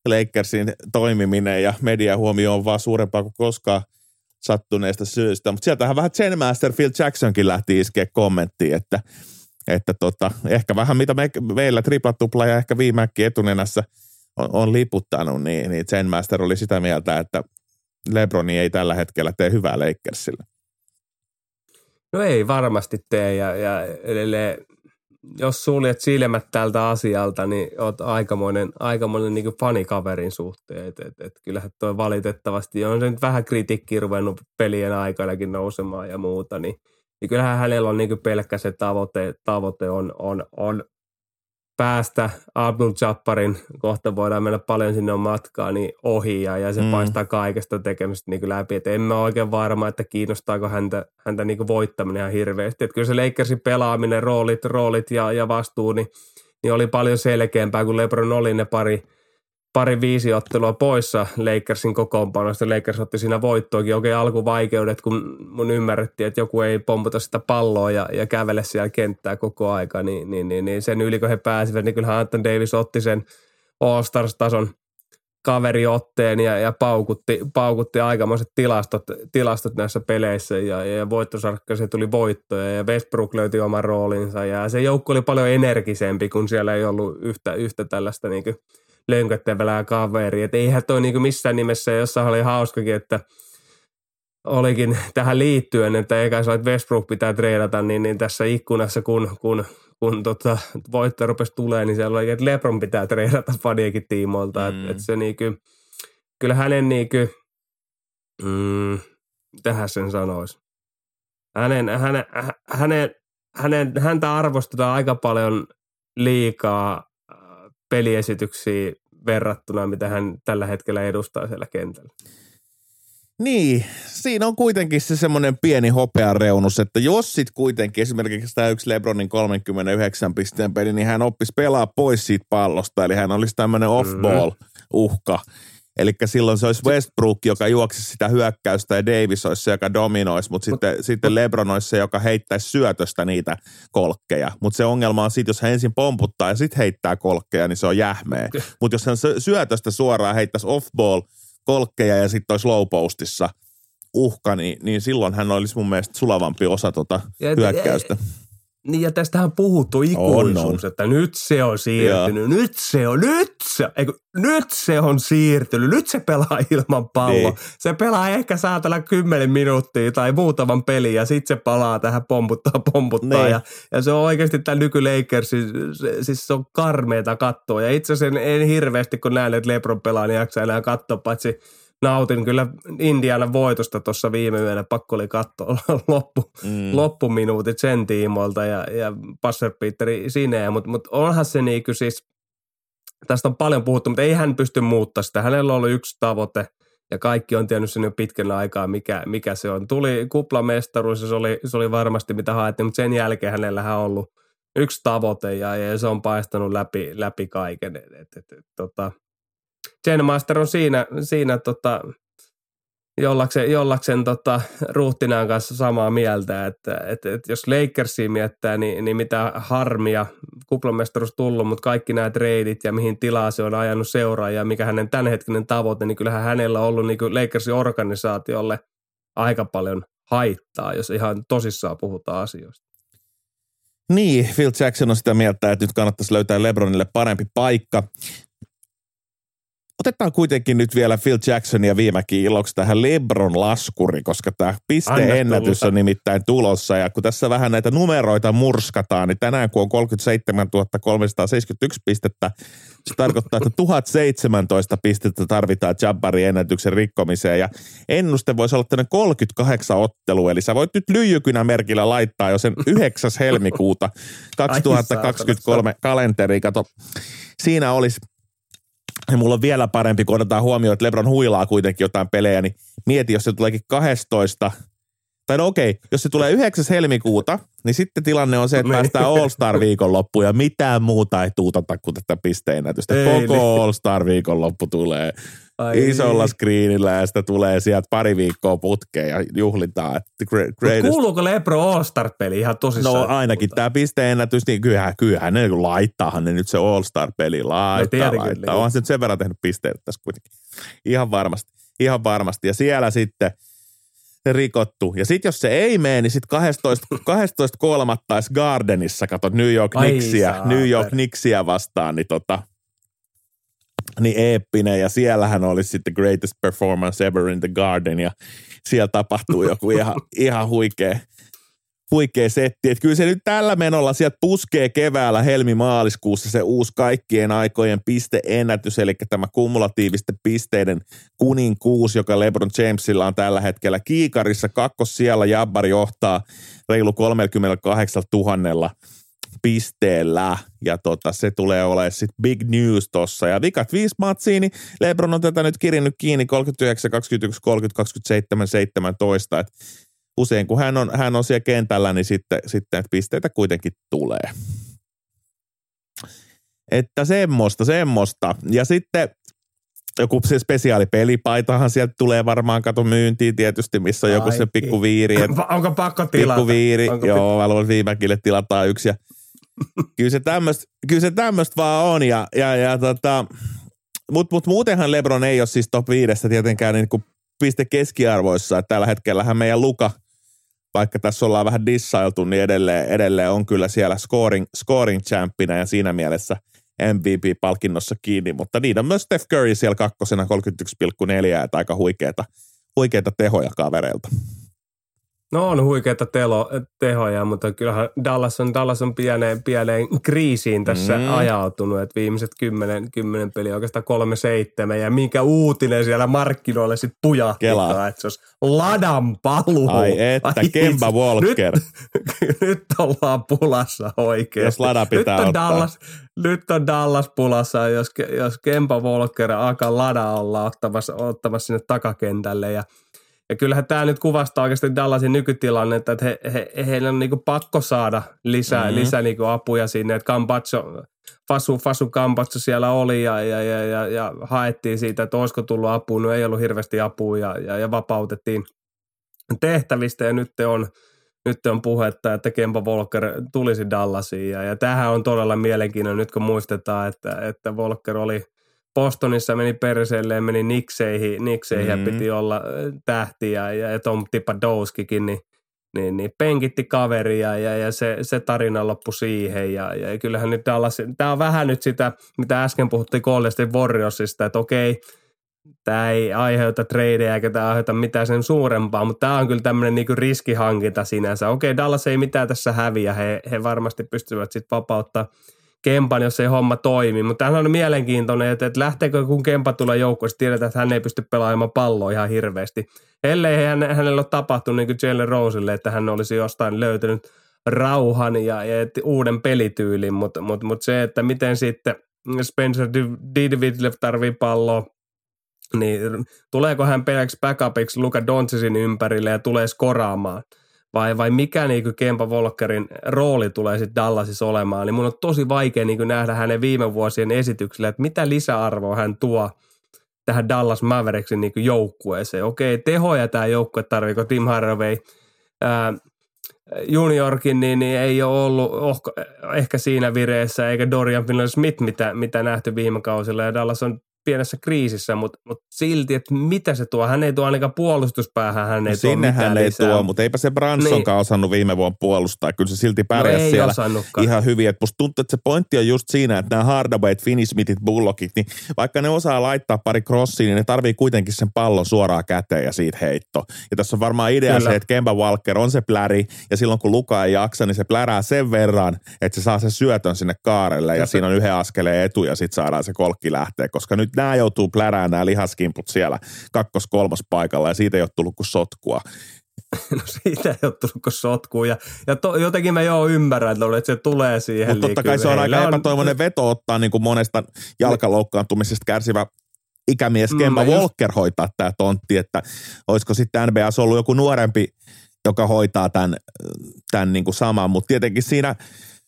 Lakersin toimiminen ja median huomio on vaan suurempaa kuin koskaan sattuneesta syystä. Mutta sieltähän vähän Zen Master Phil Jacksonkin lähti iskeä kommenttiin, että ehkä vähän mitä meillä tripla-tupla ja ehkä viimeäkin etunenässä on liputtanut, niin Zen Master oli sitä mieltä, että LeBroni ei tällä hetkellä tee hyvää Lakersille. No ei varmasti tee ja edelleen, jos suljet silmät tältä asialta, niin oot aikamoinen niin kuin fanikaverin suhteen. Et kyllähän toi valitettavasti on se nyt vähän kritiikkiä ruvennut pelien aikanakin nousemaan ja muuta, niin kyllähän hänellä on niin kuin pelkkä se tavoite on päästä Abdul-Jabbarin, kohta voidaan mennä paljon sinne matkaa, niin ohi ja se paistaa kaikesta tekemistä niin kuin läpi. Et en mä oikein varma, että kiinnostaako häntä niin kuin voittaminen ihan hirveästi. Et kyllä se Lakersin pelaaminen, roolit ja vastuu, niin oli paljon selkeämpää, kun LeBron oli ne pari 5 ottelua poissa Lakersin kokoonpanosta. Lakers otti siinä voittoakin. Okei, alkuvaikeudet, kun mun ymmärrettiin, että joku ei pomputa sitä palloa ja kävele siellä kenttää koko aika, niin sen yli, kun he pääsivät, niin kyllähän Anthony Davis otti sen All-Stars-tason kaveriotteen ja paukutti aikamoiset tilastot näissä peleissä ja voittosarkkaisia tuli voittoja ja Westbrook löyti oman roolinsa ja se joukko oli paljon energisempi, kun siellä ei ollut yhtä tällaista niin kuin lönköttävälää kaveria. Että eihän toi niinku missään nimessä, jossain oli hauskakin, että olikin tähän liittyen, että eikä se, että Westbrook pitää treidata, niin tässä ikkunassa, kun voitto rupesi tulee, niin siellä oli, että LeBron pitää treidata fanienkin tiimoilta. Että se niinku, kyllä hänen niinku, mitähän sen sanoisi, häntä arvostetaan aika paljon liikaa peliesityksiä verrattuna, mitä hän tällä hetkellä edustaa siellä kentällä. Niin, siinä on kuitenkin se semmoinen pieni hopeareunus, että jos sit kuitenkin esimerkiksi tämä yksi LeBronin 39 pisteen peli, niin hän oppisi pelaa pois siitä pallosta, eli hän olisi tämmöinen off-ball-uhka. Eli silloin se olisi Westbrook, joka juoksisi sitä hyökkäystä ja Davis olisi se, joka dominoisi, mutta sitten LeBron olisi se, joka heittäisi syötöstä niitä kolkkeja. Mutta se ongelma on sitten, jos hän ensin pomputtaa ja sitten heittää kolkkeja, niin se on jähmeä. Mutta jos hän syötöstä suoraan heittäisi off-ball kolkkeja ja sitten olisi low postissa uhka, niin silloin hän olisi mun mielestä sulavampi osa hyökkäystä. Niin ja tästähän puhuttu ikuisuus, että nyt se on siirtynyt, nyt se on siirtynyt, nyt se pelaa ilman palloa. Niin. Se pelaa ehkä saatella 10 minuuttia tai muutaman pelin ja sitten se palaa tähän pomputtaa niin. ja se on oikeasti tämä nyky-Lakersin, siis se on karmeeta katsoa ja itse asiassa en hirveästi kun näen, että LeBron pelaa, niin jaksaa enää katsoa, paitsi nautin kyllä Indianan voitosta tuossa viime yönä, pakko oli katsoa loppuminuutit sen tiimoilta ja passerbeateri sineen, mutta onhan se niinku siis, tästä on paljon puhuttu, mutta ei hän pysty muuttaa sitä. Hänellä on ollut yksi tavoite ja kaikki on tiennyt sen jo pitkän aikaa, mikä se on. Tuli kuplamestaruus ja se oli varmasti mitä haettiin, mutta sen jälkeen hänellähän on ollut yksi tavoite ja se on paistanut läpi kaiken. Zen Master on siinä jollakseen Ruhtinaan kanssa samaa mieltä, että jos Lakersia miettää, niin mitä harmia kuplamestaruus tullut, mutta kaikki nämä treidit ja mihin tilaa se on ajanut seuraa ja mikä hänen tämänhetkinen tavoite, niin kyllähän hänellä on ollut niin kuin Lakersin organisaatiolle aika paljon haittaa, jos ihan tosissaan puhutaan asioista. Niin, Phil Jackson on sitä mieltä, että nyt kannattaisi löytää LeBronille parempi paikka. Otetaan kuitenkin nyt vielä Phil Jacksonia viimekin iloksi tähän LeBron-laskuri, koska tämä pisteennätys on nimittäin tulossa. Ja kun tässä vähän näitä numeroita murskataan, niin tänään kun on 37 371 pistettä, se tarkoittaa, että 1017 pistettä tarvitaan Jabbarin ennätyksen rikkomiseen. Ja ennuste voisi olla tänne 38 ottelua, eli sä voit nyt lyijykynä merkillä laittaa jo sen 9. helmikuuta 2023 kalenteriin. Kato, siinä olisi... Ja mulla on vielä parempi, kun otetaan huomioon, että LeBron huilaa kuitenkin jotain pelejä, niin mieti, jos se tuleekin 12, tai no okei, jos se tulee 9. helmikuuta, niin sitten tilanne on se, että päästään All-Star viikonloppuun ja mitään muuta ei tuutata kuin tätä pisteennätystä. Koko All-Star viikonloppu tulee isolla screenillä ja sitä tulee sieltä pari viikkoa putkeen ja juhlitaan. Kuuluuko LeBron All-Star-peli ihan tosissaan? No ainakin tämä pisteennätys, niin kyllähän ne laittaahan ne nyt se All-Star-peli laittaa. Onhan se nyt sen verran tehnyt pisteitä tässä kuitenkin. Ihan varmasti. Ja siellä sitten rikottu. Ja sitten jos se ei mene, niin sitten 12.3. Gardenissa, katsot New York Knicksia vastaan, niin eeppinen. Ja siellähän olisi sitten greatest performance ever in the Garden. Ja siellä tapahtuu joku ihan huikea setti. Että kyllä se nyt tällä menolla sieltä puskee keväällä helmi-maaliskuussa se uusi kaikkien aikojen pisteennätys, eli tämä kumulatiivisten pisteiden kuninkuus, joka LeBron Jamesilla on tällä hetkellä kiikarissa. Siellä Jabbar johtaa reilu 38 000 pisteellä, ja se tulee olemaan sitten big news tossa. Ja vikat 5 matsia, niin LeBron on tätä nyt kirjannut kiinni 39, 21, 30, 27, 17, että usein kun hän on siellä kentällä, niin sitten että pisteitä kuitenkin tulee. Että semmoista. Ja sitten joku se spesiaalipelipaitahan sieltä tulee varmaan myyntiin tietysti, missä on joku se pikkuviiri. Onko pakko tilata? Pikkuviiri, joo, haluan viimekälle tilataan yksi. Ja kyllä se tämmöistä vaan on. Mutta muutenhan LeBron ei ole siis top 5 tietenkään niin kuin piste keskiarvoissa. Että tällä hetkellähän meidän Luka, vaikka tässä ollaan vähän dissailtu, niin edelleen on kyllä siellä scoring champina ja siinä mielessä MVP-palkinnossa kiinni, mutta niitä on myös Steph Curry siellä 2. 31,4, että aika huikeita tehoja kavereilta. No on huikeita tehoja, mutta kyllähän Dallas on pieneen kriisiin tässä ajautunut, että viimeiset 10 peliä oikeastaan 3-7 ja minkä uutinen siellä markkinoille sitten pujahtikaan, että se olisi ladan paluu. Ai Kemba Walker. Nyt ollaan pulassa oikein. Jos lada pitää ottaa. Nyt on Dallas pulassa, jos Kemba Walker alkaa lada olla ottamassa sinne takakentälle ja kyllähän tämä nyt kuvastaa oikeasti Dallasin nykytilannetta, että heillä on niinku pakko saada lisää niinku apuja sinne, että Fasu Campazzo siellä oli ja haettiin siitä, että olisiko tullut apua, no ei ollut hirveästi apua ja vapautettiin tehtävistä ja nyt on puhetta, että Kemba Walker tulisi Dallasiin ja tämähän on todella mielenkiintoinen nyt kun muistetaan, että Walker oli Bostonissa, meni perseelleen, meni Knickseihin ja piti olla tähtiä ja Tom Thibodeauskikin, niin penkitti kaveria ja se tarina loppui siihen ja kyllähän nyt Dallas, tämä on vähän nyt sitä, mitä äsken puhuttiin Golden State Warriorsista, että okei, tämä ei aiheuta tradeja eikä tämä aiheuta mitään sen suurempaa, mutta tämä on kyllä tämmöinen niinku riskihankinta sinänsä. Okei, Dallas ei mitään tässä häviä, he varmasti pystyvät sitten vapauttaa Kempan, jos ei homma toimi, mutta tämä on mielenkiintoinen, että lähteekö kun Kempa tulee joukkoon, tiedetään, että hän ei pysty pelaamaan palloa ihan hirveästi. Ellei hänellä ole tapahtunut niin kuin Jalen Roselle, että hän olisi jostain löytänyt rauhan ja uuden pelityylin, mutta se, että miten sitten Spencer Dinwiddie tarvii palloa, niin tuleeko hän pelkäksi backupiksi Luka Doncicin ympärille ja tulee skoraamaan? Vai mikä niin kuin Kemba Walkerin rooli tulee sitten Dallasissa olemaan, niin mun on tosi vaikea niin kuin nähdä hänen viime vuosien esityksillä, että mitä lisäarvoa hän tuo tähän Dallas Mavericksin niin kuin joukkueeseen. Okei, tehoja tämä joukkue tarvii, Tim Hardaway juniorkin, niin ei ole ollut ehkä siinä vireessä, eikä Dorian Finney-Smith, mitä nähty viime kausilla, ja Dallas on pienessä kriisissä, mutta silti, että mitä se tuo? Hän ei tuo ainakaan puolustuspäähän, hän ei tuo mitään hän ei lisää. Tuo, mutta eipä se Bransonkaan osannut viime vuonna puolustaa. Kyllä se silti pärjäsi siellä ihan hyvin. Että musta tuntuu, että se pointti on just siinä, että nämä Hardawayt, Finney-Smithit, Bullockit, niin vaikka ne osaa laittaa pari crossia, niin ne tarvii kuitenkin sen pallon suoraan käteen ja siitä heitto. Ja tässä on varmaan idea se, että Kemba Walker on se pläri, ja silloin kun Luka ei jaksa, niin se plärää sen verran, että se saa sen syötön sinne kaarelle, ja siinä on yhden askeleen etu, ja sitten saadaan se kolkki lähteä, koska nyt nämä joutuu plärään nämä lihaskimput siellä 2-3 paikalla ja siitä ei ole tullut kuin sotkua. No siitä ei ole tullut kuin sotkua ja jotenkin mä ymmärrän, että se tulee siihen. Mutta totta kai se on aika epätoivoinen veto ottaa niin kuin monesta jalkaloukkaantumisesta kärsivä ikämies Kemba Walker hoitaa tämä tontti, että olisiko sitten NBA:ssa ollut joku nuorempi, joka hoitaa tämän niin kuin saman, mutta tietenkin siinä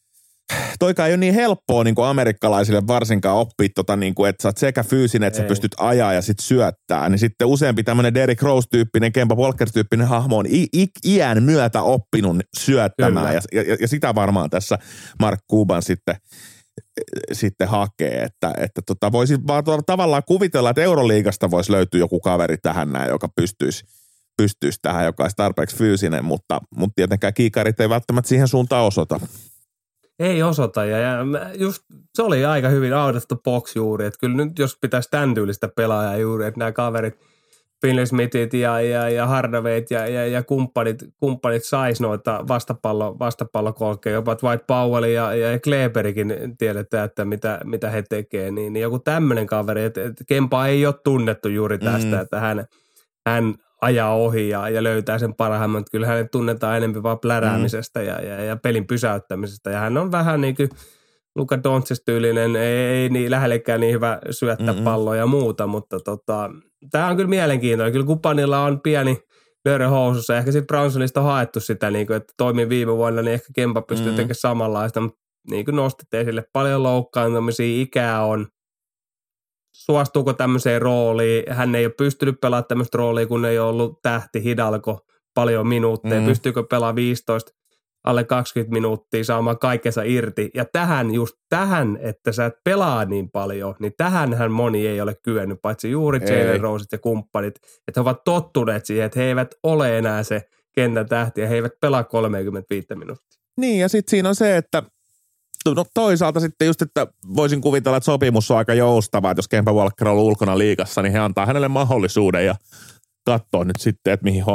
toikaan ei ole niin helppoa niin kuin amerikkalaisille varsinkaan oppia, niin kuin, että sä oot sekä fyysinen, että sä pystyt ajaa ja sit syöttää. Niin sitten useampi tämmöinen Derrick Rose-tyyppinen, Kemba Walker-tyyppinen hahmo on iän myötä oppinut syöttämään. Ja sitä varmaan tässä Mark Cuban sitten hakee, että voisi vaan tavallaan kuvitella, että Euroliigasta voisi löytyä joku kaveri tähän näin, joka pystyisi tähän, joka olisi tarpeeksi fyysinen, mutta tietenkään kiikarit ei välttämättä siihen suuntaan osoita. Ei osoita, ja just se oli aika hyvin out of the box juuri, että kyllä nyt jos pitäisi tämän tyylistä pelaajaa juuri, että nämä kaverit, Finney Smithit ja Hardawayt ja kumppanit sais noita vastapallokolkkeja, jopa Dwight Powell ja Kleberikin tiedetään, että mitä he tekee, niin joku tämmöinen kaveri, että Kempa ei ole tunnettu juuri tästä, että hän ajaa ohi ja löytää sen parhaimman, että kyllä hänet tunnetaan enemmän vaan pläräämisestä ja pelin pysäyttämisestä, ja hän on vähän niin kuin Luka Doncic-tyylinen, ei niin lähellekään niin hyvä syöttää palloa ja muuta, mutta tämä on kyllä mielenkiintoinen. Kyllä Kupanilla on pieni löydä housussa. Ehkä sitten Brownsonista on haettu sitä, niin kuin, että toimii viime vuonna, niin ehkä Kempa pystyy tekemään samanlaista. Mutta niin kuin nostit esille, paljon loukkaantumisia, ikää on. Suostuuko tämmöiseen rooliin? Hän ei ole pystynyt pelaamaan tämmöistä roolia, kun ei ole ollut tähti Hidalgo paljon minuutteja. Pystyykö pelaamaan 15 alle 20 minuuttia saamaan kaikensa irti. Ja tähän, että sä et pelaa niin paljon, niin tähänhän moni ei ole kyennyt, paitsi juuri Jalen Roseit ja kumppanit, että he ovat tottuneet siihen, että he eivät ole enää se kentän tähti ja he eivät pelaa 35 minuuttia. Niin, ja sitten siinä on se, että toisaalta sitten just, että voisin kuvitella, että sopimus on aika joustava, että jos Kemba Walker on ollut ulkona liigassa, niin he antaa hänelle mahdollisuuden ja katsoo nyt sitten, että mihin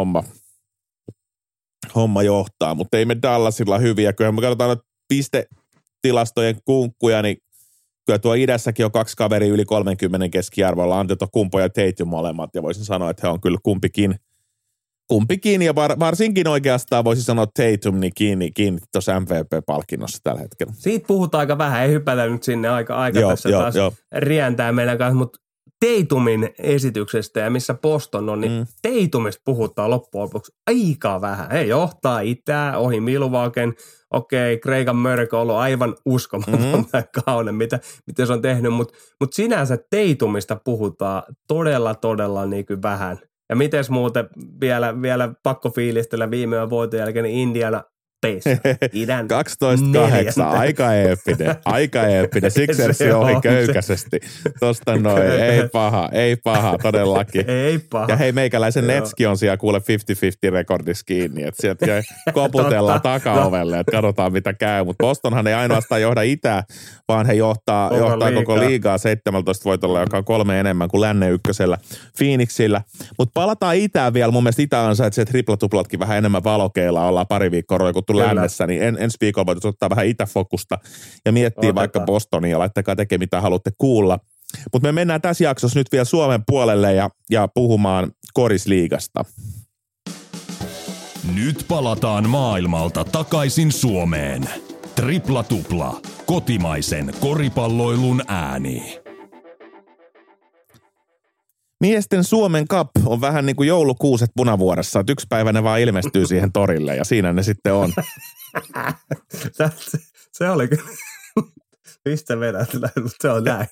homma johtaa, mutta ei me Dallasilla hyviä. Kyllä me katsotaan että pistetilastojen kunkkuja, niin kyllä tuo idässäkin on 2 kaveria yli 30 keskiarvolla, Antetokounmpo ja Tatum molemmat, ja voisin sanoa, että he on kyllä kumpikin ja varsinkin oikeastaan voisin sanoa Tatum niin kiinni tuossa MVP-palkinnossa tällä hetkellä. Siitä puhutaan aika vähän, ei hypätä nyt sinne aika tässä taas rientää meidän kanssa, mutta Tatumin esityksestä ja missä Boston on, niin Tatumista puhutaan loppujen lopuksi aika vähän. He johtaa itää ohi Milwauken. Okei, Craig Murray on ollut aivan uskomaton kauden, mitä se on tehnyt, mutta sinänsä Tatumista puhutaan todella niin kuin vähän. Ja mites muuten vielä pakko fiilistellä viime voiton jälkeen niin Indiana idän 12-8, aika eeppinen. Sixersi ohi köykäisesti. Tosta noin, ei paha, todellakin. Ei paha. Ja hei, meikäläisen Netski on siellä kuule 50-50 rekordissa kiinni, että sieltä koputellaan takaovelle, että katsotaan mitä käy. Mutta Bostonhan ei ainoastaan johda itää, vaan he johtaa koko liigaa 17 voitolla, joka on 3 enemmän kuin lännen ykkösellä Phoenixillä. Mutta palataan itään vielä. Mun mielestä itä ansaitsee triplatuplatkin vähän enemmän valokeilla. Ollaan pari viikkoa roikuttu lännessä, niin ensi viikolla voitaisiin ottaa vähän itäfokusta ja miettiä vaikka Bostonia. Laittakaa tekemään mitä haluatte kuulla. Mutta me mennään tässä jaksossa nyt vielä Suomen puolelle ja puhumaan korisliigasta. Nyt palataan maailmalta takaisin Suomeen. Tripla tupla, kotimaisen koripalloilun ääni. Miesten Suomen Cup on vähän niin kuin joulukuuset Punavuoressa, että yksi päivä ne vaan ilmestyy siihen torille ja siinä ne sitten on. Se oli kyllä. Mistä vedät? Se on näin.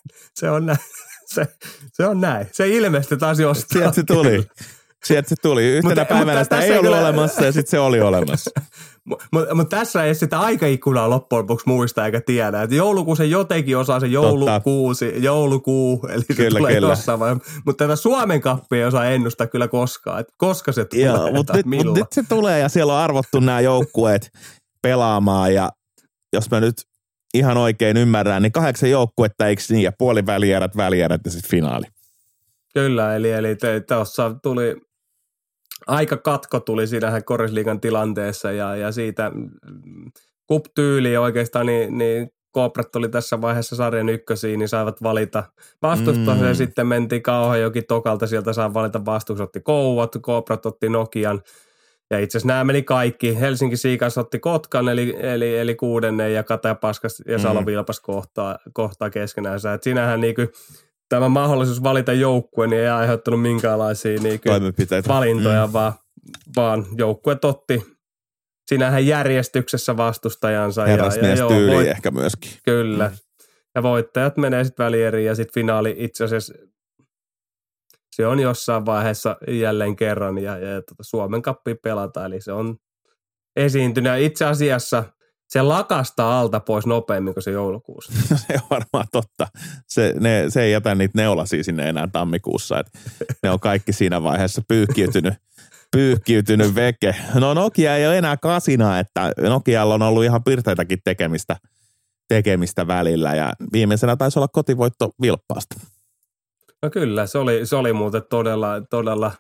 Se on näin. Se ilmestyi taas jostain. Sieltä se tuli. Yhtenä päivänä sitä ei ollut olemassa ja sitten se oli olemassa. Mutta tässä ei sitä aikaikkunaa loppujen lopuksi muista eikä tiedä. Että joulukuussa jotenkin osaa se joulukuu, eli se tulee jossain vaiheessa. Mutta tätä Suomen Cupia ei osaa ennustaa kyllä koskaan, että koska se tulee. Joo, mutta nyt se tulee ja siellä on arvottu nämä joukkueet pelaamaan ja jos mä nyt ihan oikein ymmärrän, niin 8 joukkuetta, eikö niin? Ja puoli välierät ja sitten finaali. Kyllä, eli tuossa tuli aika katko tuli siinähän korisliigan tilanteessa ja siitä cup-tyyli oikeastaan, niin Kooprat oli tässä vaiheessa sarjan ykkösiin, niin saivat valita vastusta ja sitten mentiin Kauhajoki tokalta, sieltä saa valita vastus, otti Kouvat, Kooprat otti Nokian ja itse asiassa nämä meni kaikki. Helsinki Seagulls otti Kotkan eli 6. ja Kata Paskas ja Salo Vilpas kohtaa keskenään. Et siinähän niinku tämä mahdollisuus valita joukkue niin ei aiheuttanut minkäänlaisia valintoja, vaan joukkueet otti siinähän järjestyksessä vastustajansa. Herrasmies-tyyli ehkä myöskin. Kyllä. Ja voittajat menee sitten välieriin ja sitten finaali itse asiassa se on jossain vaiheessa jälleen kerran ja Suomen Cupia pelataan. Eli se on esiintynyt. Itse asiassa se lakastaa alta pois nopeammin kuin se joulukuussa. Se on varmaan totta. Se ei jätä niitä neulasia sinne enää tammikuussa. Et ne on kaikki siinä vaiheessa pyyhkiytynyt veke. No Nokia ei ole enää kasina, että Nokialla on ollut ihan pirteitäkin tekemistä välillä. Ja viimeisenä taisi olla kotivoitto Vilppaasta. No kyllä, se oli muuten todella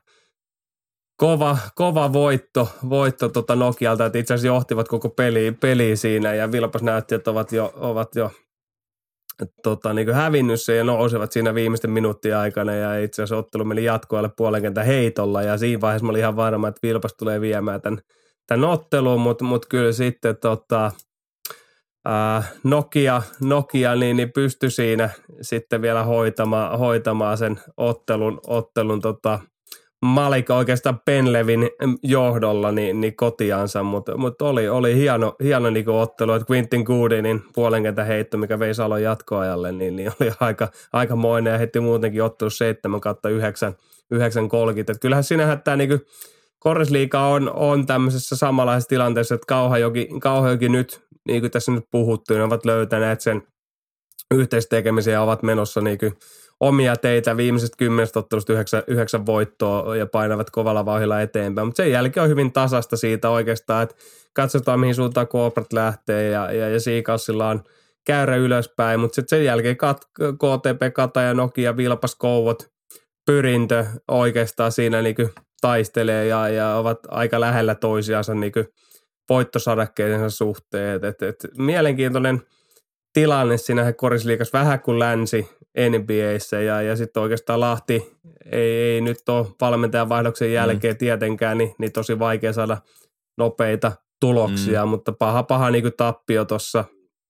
kova voitto Nokialta, että itse asiassa johtivat koko peliä siinä ja Vilpas näytti, että ovat jo niin kuin hävinnyt se ja nousevat siinä viimeisten minuuttien aikana ja itse asiassa ottelu meni jatkoajalle puolenkentän heitolla ja siinä vaiheessa mä olin ihan varma, että Vilpas tulee viemään tämän otteluun, mutta kyllä sitten Nokia niin pystyi siinä sitten vielä hoitamaan sen ottelun Malik oikeastaan Penlevin johdolla niin kotiansa, mutta oli hieno niin ottelu, että Quintin Goodinin puolenkentän heitto, mikä vei Salon jatkoajalle, niin oli aikamoinen ja heti muutenkin ottelu 7/9 että kyllähän sinähän tämä niin Korisliiga on tämmöisessä samanlaisessa tilanteessa, että Kauhajoki nyt, niin kuin tässä nyt puhuttiin, ovat löytäneet sen yhteistekemisen ja ovat menossa niin kuin omia teitä viimeisestä 10 ottelusta 9 voittoa ja painavat kovalla vauhdilla eteenpäin. Mutta sen jälkeen on hyvin tasasta siitä oikeastaan, että katsotaan mihin suuntaan Kooprat lähtee ja Seagullsilla on käyrä ylöspäin. Mutta sen jälkeen KTP, Kataja, Nokia, Vilpas, Kouvot, Pyrintö oikeastaan siinä niinku taistelee ja ovat aika lähellä toisiansa niinku voittosadakkeidensa suhteen. Et mielenkiintoinen tilanne siinähän Korisliigassa vähän kuin länsi NBA:ssä ja sitten oikeastaan Lahti ei nyt ole valmentajan vaihdoksen jälkeen tietenkään, niin tosi vaikea saada nopeita tuloksia, mutta paha niin kuin tappio tuossa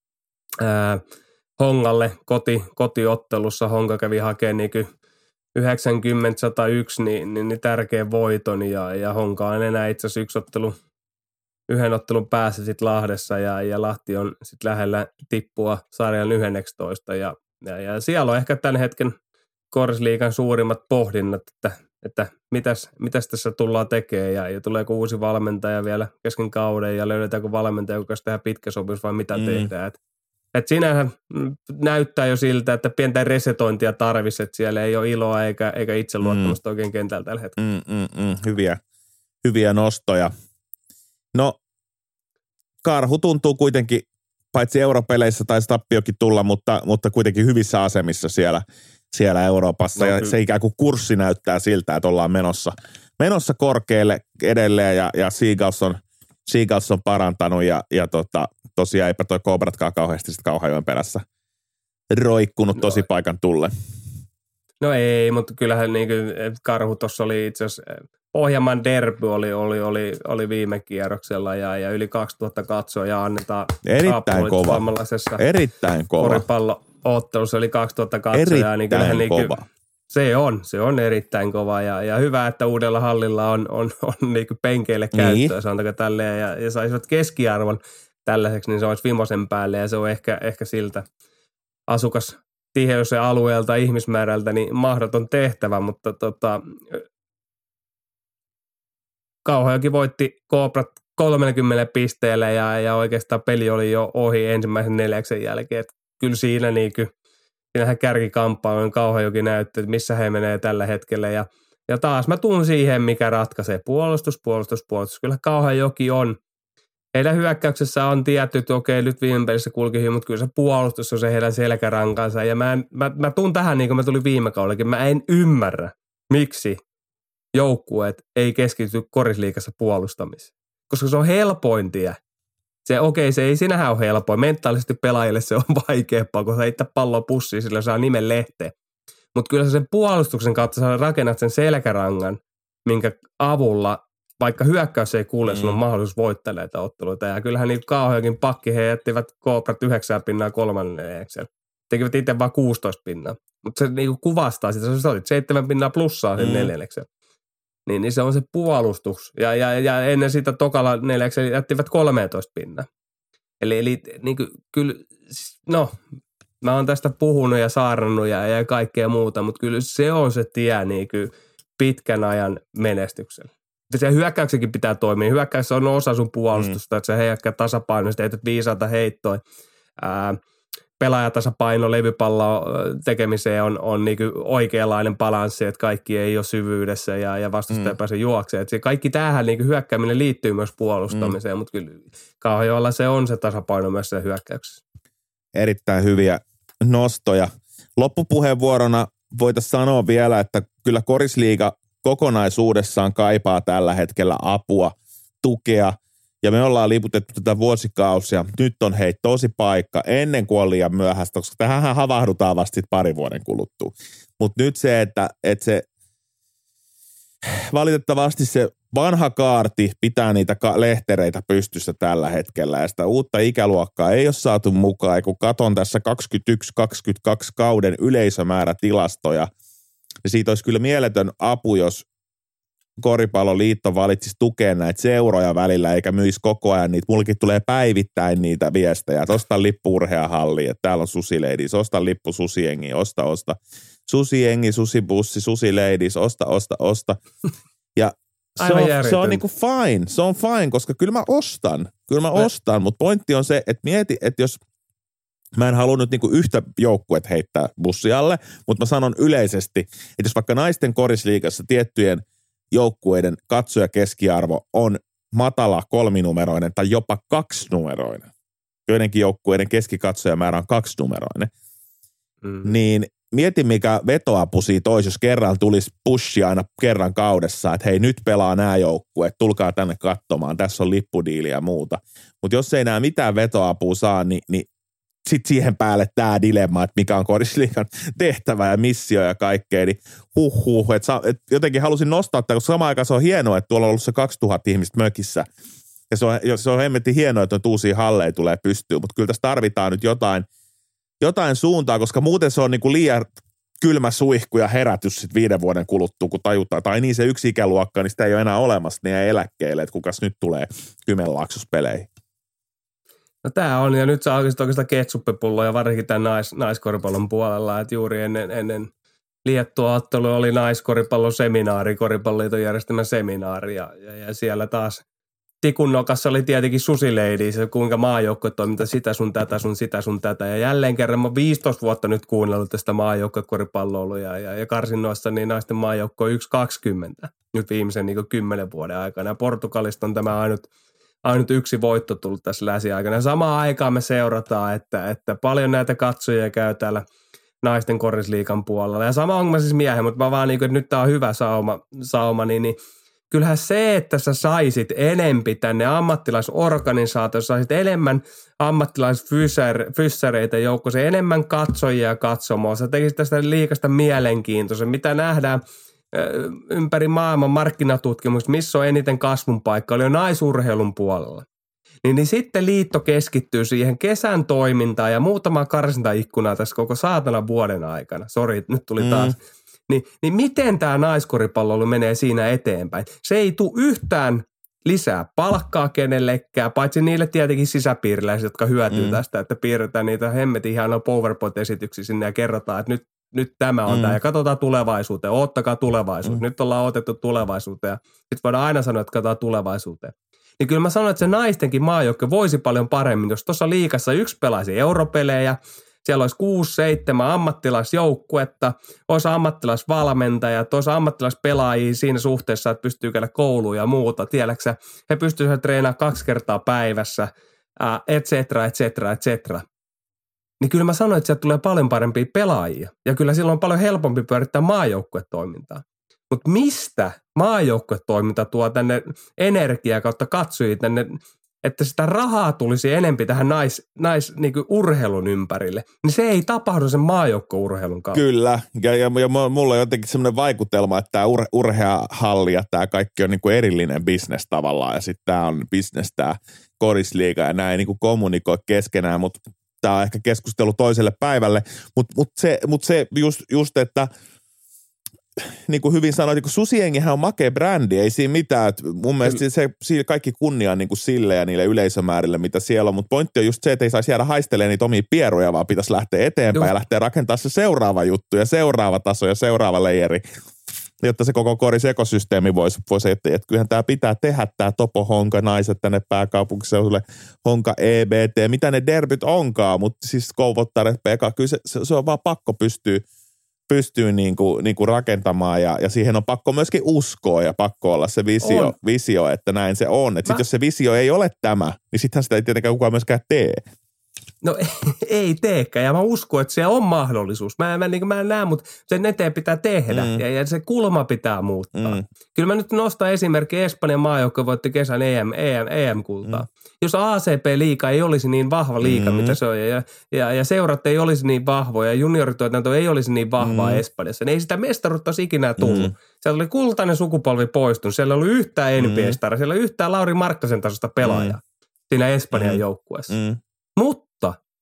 Hongalle kotiottelussa. Honga kävi hakemaan niin 90-101 niin tärkeän voiton ja Honka on enää itse asiassa yhden ottelun päässä sitten Lahdessa ja Lahti on sitten lähellä tippua sarjan 11 ja siellä on ehkä tämän hetken Korisliigan suurimmat pohdinnat, että mitäs tässä tullaan tekemään ja tuleeko uusi valmentaja vielä kesken kauden ja löydetäänkö valmentaja, joka tehdään pitkä sopimus vai mitä tehdään. Et sinähän näyttää jo siltä, että pientä resetointia tarvitsisi, että siellä ei ole iloa eikä itseluottamusta oikein kentällä tällä hetkellä. Hyviä nostoja. No, Karhu tuntuu kuitenkin, paitsi europeleissä taisi tappiokin tulla, mutta kuitenkin hyvissä asemissa siellä Euroopassa. No, ja se ikään kuin kurssi näyttää siltä, että ollaan menossa korkealle edelleen ja Seagulls on parantanut ja tosiaan eipä toi Cobratkaan kauheasti sitten Kauhajoen perässä roikkunut tosipaikan tulle. No ei, mutta kyllähän niin Karhu tuossa oli itse asiassa Pohjanmaan derby oli viime kierroksella ja yli 2000 katsojaa annetaan. Erittäin kova. Erittäin kova. Koripallo-ottelussa yli 2000 katsojaa. Erittäin niin kova. Se on erittäin kova ja hyvä, että uudella hallilla on niin penkeille käyttöä, sanotaanko tälleen, ja saisivat keskiarvon tällaiseksi, niin se olisi vimosen päälle ja se on ehkä siltä asukastiheys ja alueelta ihmismäärältä niin mahdoton tehtävä, mutta Kauhajoki voitti Kooprat 30 pisteellä ja oikeastaan peli oli jo ohi ensimmäisen 4 jälkeen. Että kyllä siinähän kärkikamppailun Kauhajoki näytti, että missä he menee tällä hetkellä. Ja taas mä tuun siihen, mikä ratkaisee. Puolustus. Kyllä Kauhajoki on. Heidän hyökkäyksessä on tietty, että okei, nyt viime pelissä kulki hyvin, mutta kyllä se puolustus on se heidän selkärankansa. Ja mä tuun tähän niin kuin mä tulin viime kaudellakin. Mä en ymmärrä, miksi joukkueet ei keskity Korisliigassa puolustamiseen. Koska se on helpoin tie. Se ei sinähän ole helpoin. Mentaalisesti pelaajille se on vaikeampaa, kun heittää palloa pussiin, sillä saa nimen lehteen. Mutta kyllä sen puolustuksen kautta sä rakennat sen selkärangan, minkä avulla, vaikka hyökkäys ei kuule, sulla on mahdollisuus voittaa näitä otteluita. Ja kyllähän niitä Kauhajokin pakki, he jättivät Kooprat 9 pinnaa 3. Tekivät itse vaan 16 pinnaa. Mutta se niinku kuvastaa sitä, sä otit 7 pinnaa plussaa sen 4. niin se on se puolustus. Ja ennen sitä tokalla 4 jättivät 13 pinnaa. Eli niin kyllä, no, mä oon tästä puhunut ja saarannut ja kaikkea muuta, mutta kyllä se on se tie niin kuin pitkän ajan menestyksellä. Se hyökkäyksenkin pitää toimia. Hyökkäys on osa sun puolustusta, että se heikkä tasapaino, sitten heität viisaata heittoa. Pelaajatasapaino levypallon tekemiseen on niin kuin oikeanlainen balanssi, että kaikki ei ole syvyydessä ja vastustaja pääse juokseen. Että kaikki tähän niin kuin hyökkääminen liittyy myös puolustamiseen, mutta kyllä Kauhajoella se on se tasapaino myös se hyökkäyksessä. Erittäin hyviä nostoja. Loppupuheenvuorona voitaisiin sanoa vielä, että kyllä Korisliiga kokonaisuudessaan kaipaa tällä hetkellä apua, tukea, ja me ollaan liputettu tätä vuosikausia. Nyt on tosi paikka ennen kuin on liian myöhäistä, koska tähän havahdutaan vasta parin vuoden kuluttua. Mutta nyt se, että se valitettavasti se vanha kaarti pitää niitä lehtereitä pystyssä tällä hetkellä, ja sitä uutta ikäluokkaa ei ole saatu mukaan, ja kun katon tässä 21-22 kauden yleisömäärätilastoja, ja siitä olisi kyllä mieletön apu, jos Koripalloliitto valitsisi tukea näitä seuroja välillä, eikä myisi koko ajan niitä. Mullakin tulee päivittäin niitä viestejä, että osta lippu Urhea-halliin, että täällä on Susi Ladies, osta lippu Susijengiin, osta. Susijengi, Susibussi, Susi Ladies, osta. Ja se on niinku fine, se on fine, koska kyllä mä ostan, mutta pointti on se, että mieti, että jos mä en halua nyt niinku yhtä joukkuet heittää bussialle, mutta mä sanon yleisesti, että jos vaikka naisten korisliigassa tiettyjen joukkueiden katsojakeskiarvo on matala 3-numeroinen tai jopa 2-numeroinen, joidenkin joukkueiden keskikatsojamäärä on 2-numeroinen, niin mieti mikä vetoapu siitä olisi, jos kerran tulisi pushia aina kerran kaudessa, että hei nyt pelaa nämä joukkueet, tulkaa tänne katsomaan, tässä on lippudiili ja muuta. Mutta jos ei nämä mitään vetoapua saa, niin sitten siihen päälle tämä dilemma, että mikä on Korisliigan tehtävä ja missio ja kaikkea, niin että jotenkin halusin nostaa, koska samaan aikaan se on hienoa, että tuolla on ollut se 2000 ihmistä mökissä, ja se on hemmetti hienoa, että uusia halleja tulee pystyyn, mutta kyllä tässä tarvitaan nyt jotain suuntaa, koska muuten se on niin kuin liian kylmä suihku ja herätys sitten 5 vuoden kuluttua, kun tajutaan, tai niin se yksi ikäluokka, niin sitä ei ole enää olemassa, niin ei eläkkeelle, että kukas nyt tulee Kymenlaaksossa-peleihin. No tämä on, ja nyt saa oikeastaan ketsuppipulloja, varsinkin tämän naiskoripallon puolella, että juuri ennen Liettua-ottelua oli naiskoripallon seminaari, Koripalloliiton järjestämä seminaari, ja siellä taas tikun nokassa oli tietenkin Susi Ladies, kuinka maajoukkue toiminta, sitä sun tätä, ja jälleen kerran mä 15 vuotta nyt kuunnellut tästä maajoukkuekoripalloilua, ja karsinnoissa niin naisten maajoukko on 1-20 nyt viimeisen niin 10 vuoden aikana, ja Portugalista on tämä ainut yksi voitto tullut tässä läsiaikana. Ja samaan aikaan me seurataan, että paljon näitä katsojia käy täällä naisten korisliigan puolella. Ja sama onko mä siis miehen, mutta mä vaan niin kuin, että nyt tää on hyvä sauma niin kyllähän se, että sä saisit enempi tänne ammattilaisorganisaatioon, saisit enemmän ammattilaisfyssäreitä joukkoon, enemmän katsojia katsomaan, sä tekisit tästä liikasta mielenkiintoisen, mitä nähdään ympäri maailman markkinatutkimukset, missä on eniten kasvun paikka, oli jo naisurheilun puolella. Niin sitten liitto keskittyy siihen kesän toimintaan ja muutama karsintaikkunaa tässä koko saatana vuoden aikana. Sori, nyt tuli taas. Niin miten tämä naiskoripalloilu menee siinä eteenpäin? Se ei tule yhtään lisää palkkaa kenellekään, paitsi niille tietenkin sisäpiiriläiset, jotka hyötyy tästä, että piirretään niitä hemmetin ihana PowerPoint-esityksiä sinne ja kerrotaan, että nyt tämä on tämä ja katsotaan tulevaisuuteen, ottakaa tulevaisuuteen. Nyt ollaan otettu tulevaisuuteen ja sitten voidaan aina sanoa, että katsotaan tulevaisuuteen. Niin kyllä mä sanon, että se naistenkin maajoukko voisi paljon paremmin, jos tuossa liigassa yksi pelaisi europelejä, siellä olisi 6-7 ammattilaisjoukkuetta, olisi ammattilaisvalmentajat, olisi ammattilaispelaajia siinä suhteessa, että pystyy käydä kouluun ja muuta. Tiedätkö he pystyisivät treenaamaan 2 kertaa päivässä, et cetera. Niin kyllä mä sanoin, että sieltä tulee paljon parempia pelaajia. Ja kyllä silloin on paljon helpompi pyörittää maajoukkuetoimintaa. Mutta mistä maajoukkuetoiminta tuo tänne energiaa kautta katsojia tänne, että sitä rahaa tulisi enempi tähän niin urheilun ympärille, niin se ei tapahdu sen maajoukkourheilun kautta. Kyllä, ja mulla on jotenkin semmoinen vaikutelma, että tämä urheahalli ja tämä kaikki on niin kuin erillinen bisnes tavallaan, ja sitten tämä on bisnes, tämä korisliiga, ja nämä ei niin kuin kommunikoi keskenään, mutta tämä on ehkä keskustelu toiselle päivälle, mutta se just, että niin kuin hyvin sanoit, kun Susijengihän on makea brändi, ei siinä mitään. Mun mielestä se kaikki kunnia niin kuin sille ja niille yleisömäärille, mitä siellä on, mutta pointti on just se, että ei saisi jäädä haistelemaan niitä omia pieruja, vaan pitäisi lähteä eteenpäin ja lähteä rakentamaan se seuraava juttu ja seuraava taso ja seuraava leijeri, jotta se koko Koris-ekosysteemi voisi että kyllähän tämä pitää tehdä, tämä Topo Honka, naiset tänne pääkaupunkiseudulle, Honka EBT, mitä ne derbyt onkaan, mutta siis Kouvottaret PK, kyllä se on vaan pakko pystyy niinku rakentamaan ja siihen on pakko myöskin uskoa ja pakko olla se visio että näin se on. Että jos se visio ei ole tämä, niin sittenhän sitä ei tietenkään kukaan myöskään tee. No ei teekään ja mä uskon, että se on mahdollisuus. Mä en näe, mutta sen eteen pitää tehdä ja se kulma pitää muuttaa. Kyllä mä nyt nostan esimerkki Espanjan maajoukko voitti kesän EM-kultaa. Jos ACP-liiga ei olisi niin vahva liiga, mitä se on ja seurat ei olisi niin vahvoja ja juniorituotanto ei olisi niin vahvaa Espanjassa, niin ei sitä mestaruutta olisi ikinä tullut. Siellä oli kultainen sukupolvi poistunut, siellä ei ollut yhtään NBA-staraa, siellä ei yhtään Lauri Markkasen tasosta pelaajaa siinä Espanjan joukkueessa. Mutta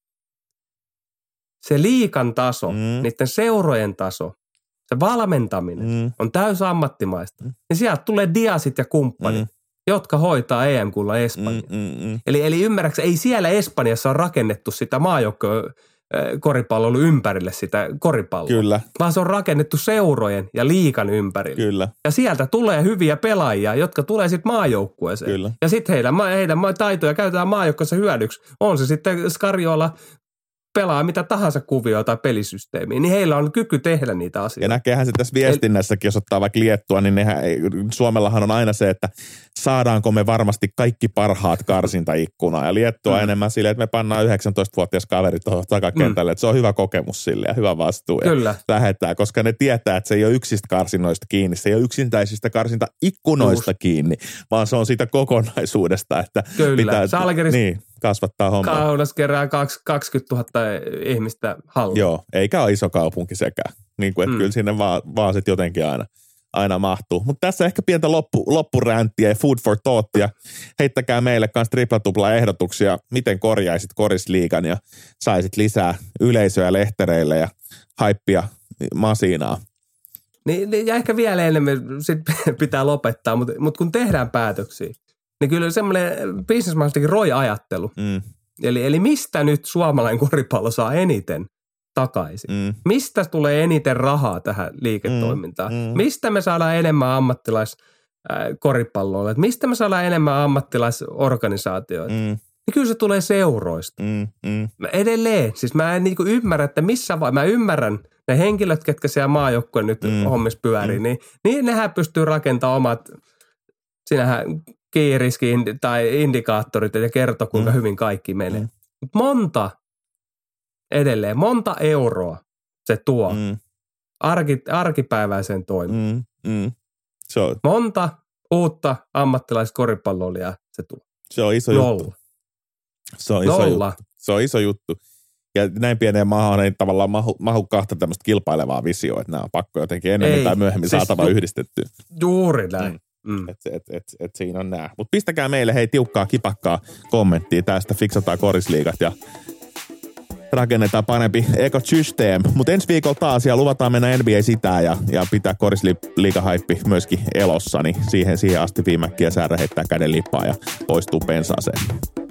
se liigan taso, niiden seurojen taso, se valmentaminen on täys ammattimaista. Ja sieltä tulee Diasit ja kumppanit, jotka hoitaa EM-kullan Espanjaa. Eli ymmärräksä, ei siellä Espanjassa ole rakennettu sitä maajoukko-koripallon ympärille sitä koripalloa. Kyllä. Vaan se on rakennettu seurojen ja liigan ympärille. Kyllä. Ja sieltä tulee hyviä pelaajia, jotka tulee sitten maajoukkueeseen. Kyllä. Ja sitten heidän taitoja käytetään maajoukkueessa hyödyksi. On se sitten Scariola pelaa mitä tahansa kuvioa tai pelisysteemiä, niin heillä on kyky tehdä niitä asioita. Ja näkeehän se tässä viestinnässäkin, jos ottaa vaikka Liettua, niin Suomellahan on aina se, että saadaanko me varmasti kaikki parhaat karsintaikkunaa. Ja Liettua enemmän silleen, että me pannaan 19-vuotias kaveri tuohon takakentälle, että se on hyvä kokemus sille ja hyvä vastuu. Kyllä. Ja lähetään, koska ne tietää, että se ei ole yksistä karsinoista kiinni, se ei ole yksintäisistä karsintaikkunoista kiinni, vaan se on siitä kokonaisuudesta, että pitää kasvattaa hommaa. Kaunas kerää 20 000 ihmistä halua. Joo, eikä ole iso kaupunki sekään. Niin kuin, että kyllä sinne vaan sit jotenkin aina mahtuu. Mutta tässä ehkä pientä loppuränttiä ja food for thoughtia. Heittäkää meille kanssa triplatupla ehdotuksia, miten korjaisit Korisliigan ja saisit lisää yleisöä lehtereille ja haippia masinaa. Niin, ja ehkä vielä enemmän sit pitää lopettaa, mutta kun tehdään päätöksiä, niin kyllä semmoinen bisnesmaisesti ROI-ajattelu. Eli mistä nyt suomalainen koripallo saa eniten takaisin? Mistä tulee eniten rahaa tähän liiketoimintaan? Mistä me saadaan enemmän ammattilaiskoripalloille? Mistä me saadaan enemmän ammattilaisorganisaatioita? Niin kyllä se tulee seuroista. Edelleen, siis mä en niinku ymmärrä, että mä ymmärrän ne henkilöt, ketkä siellä maajoukkojen nyt hommissa pyörii, niin nehän pystyy rakentamaan omat, sinähän kiiriski tai indikaattorit ja kertoo, kuinka hyvin kaikki menee. Monta euroa se tuo arkipäiväiseen toimintaan. Monta uutta ammattilaiskoripalloilijaa se tuo. Se on iso juttu. Se on iso juttu. Ja näin pieneen maahan ei tavallaan mahu kahta tämmöistä kilpailevaa visioa, että nämä on pakko jotenkin enemmän tai myöhemmin saatava yhdistettyä. Juuri näin. Et siinä on nää. Mutta pistäkää meille tiukkaa kipakkaa kommenttia tästä, fiksataan Korisliigat ja rakennetaan parempi ekosysteem. Mutta ensi viikolla taas ja luvataan mennä NBA sitään ja pitää Korisliiga-haippi myöskin elossa, niin siihen asti viimekin ja Säärä heittää käden lippaa ja poistuu pensaaseen.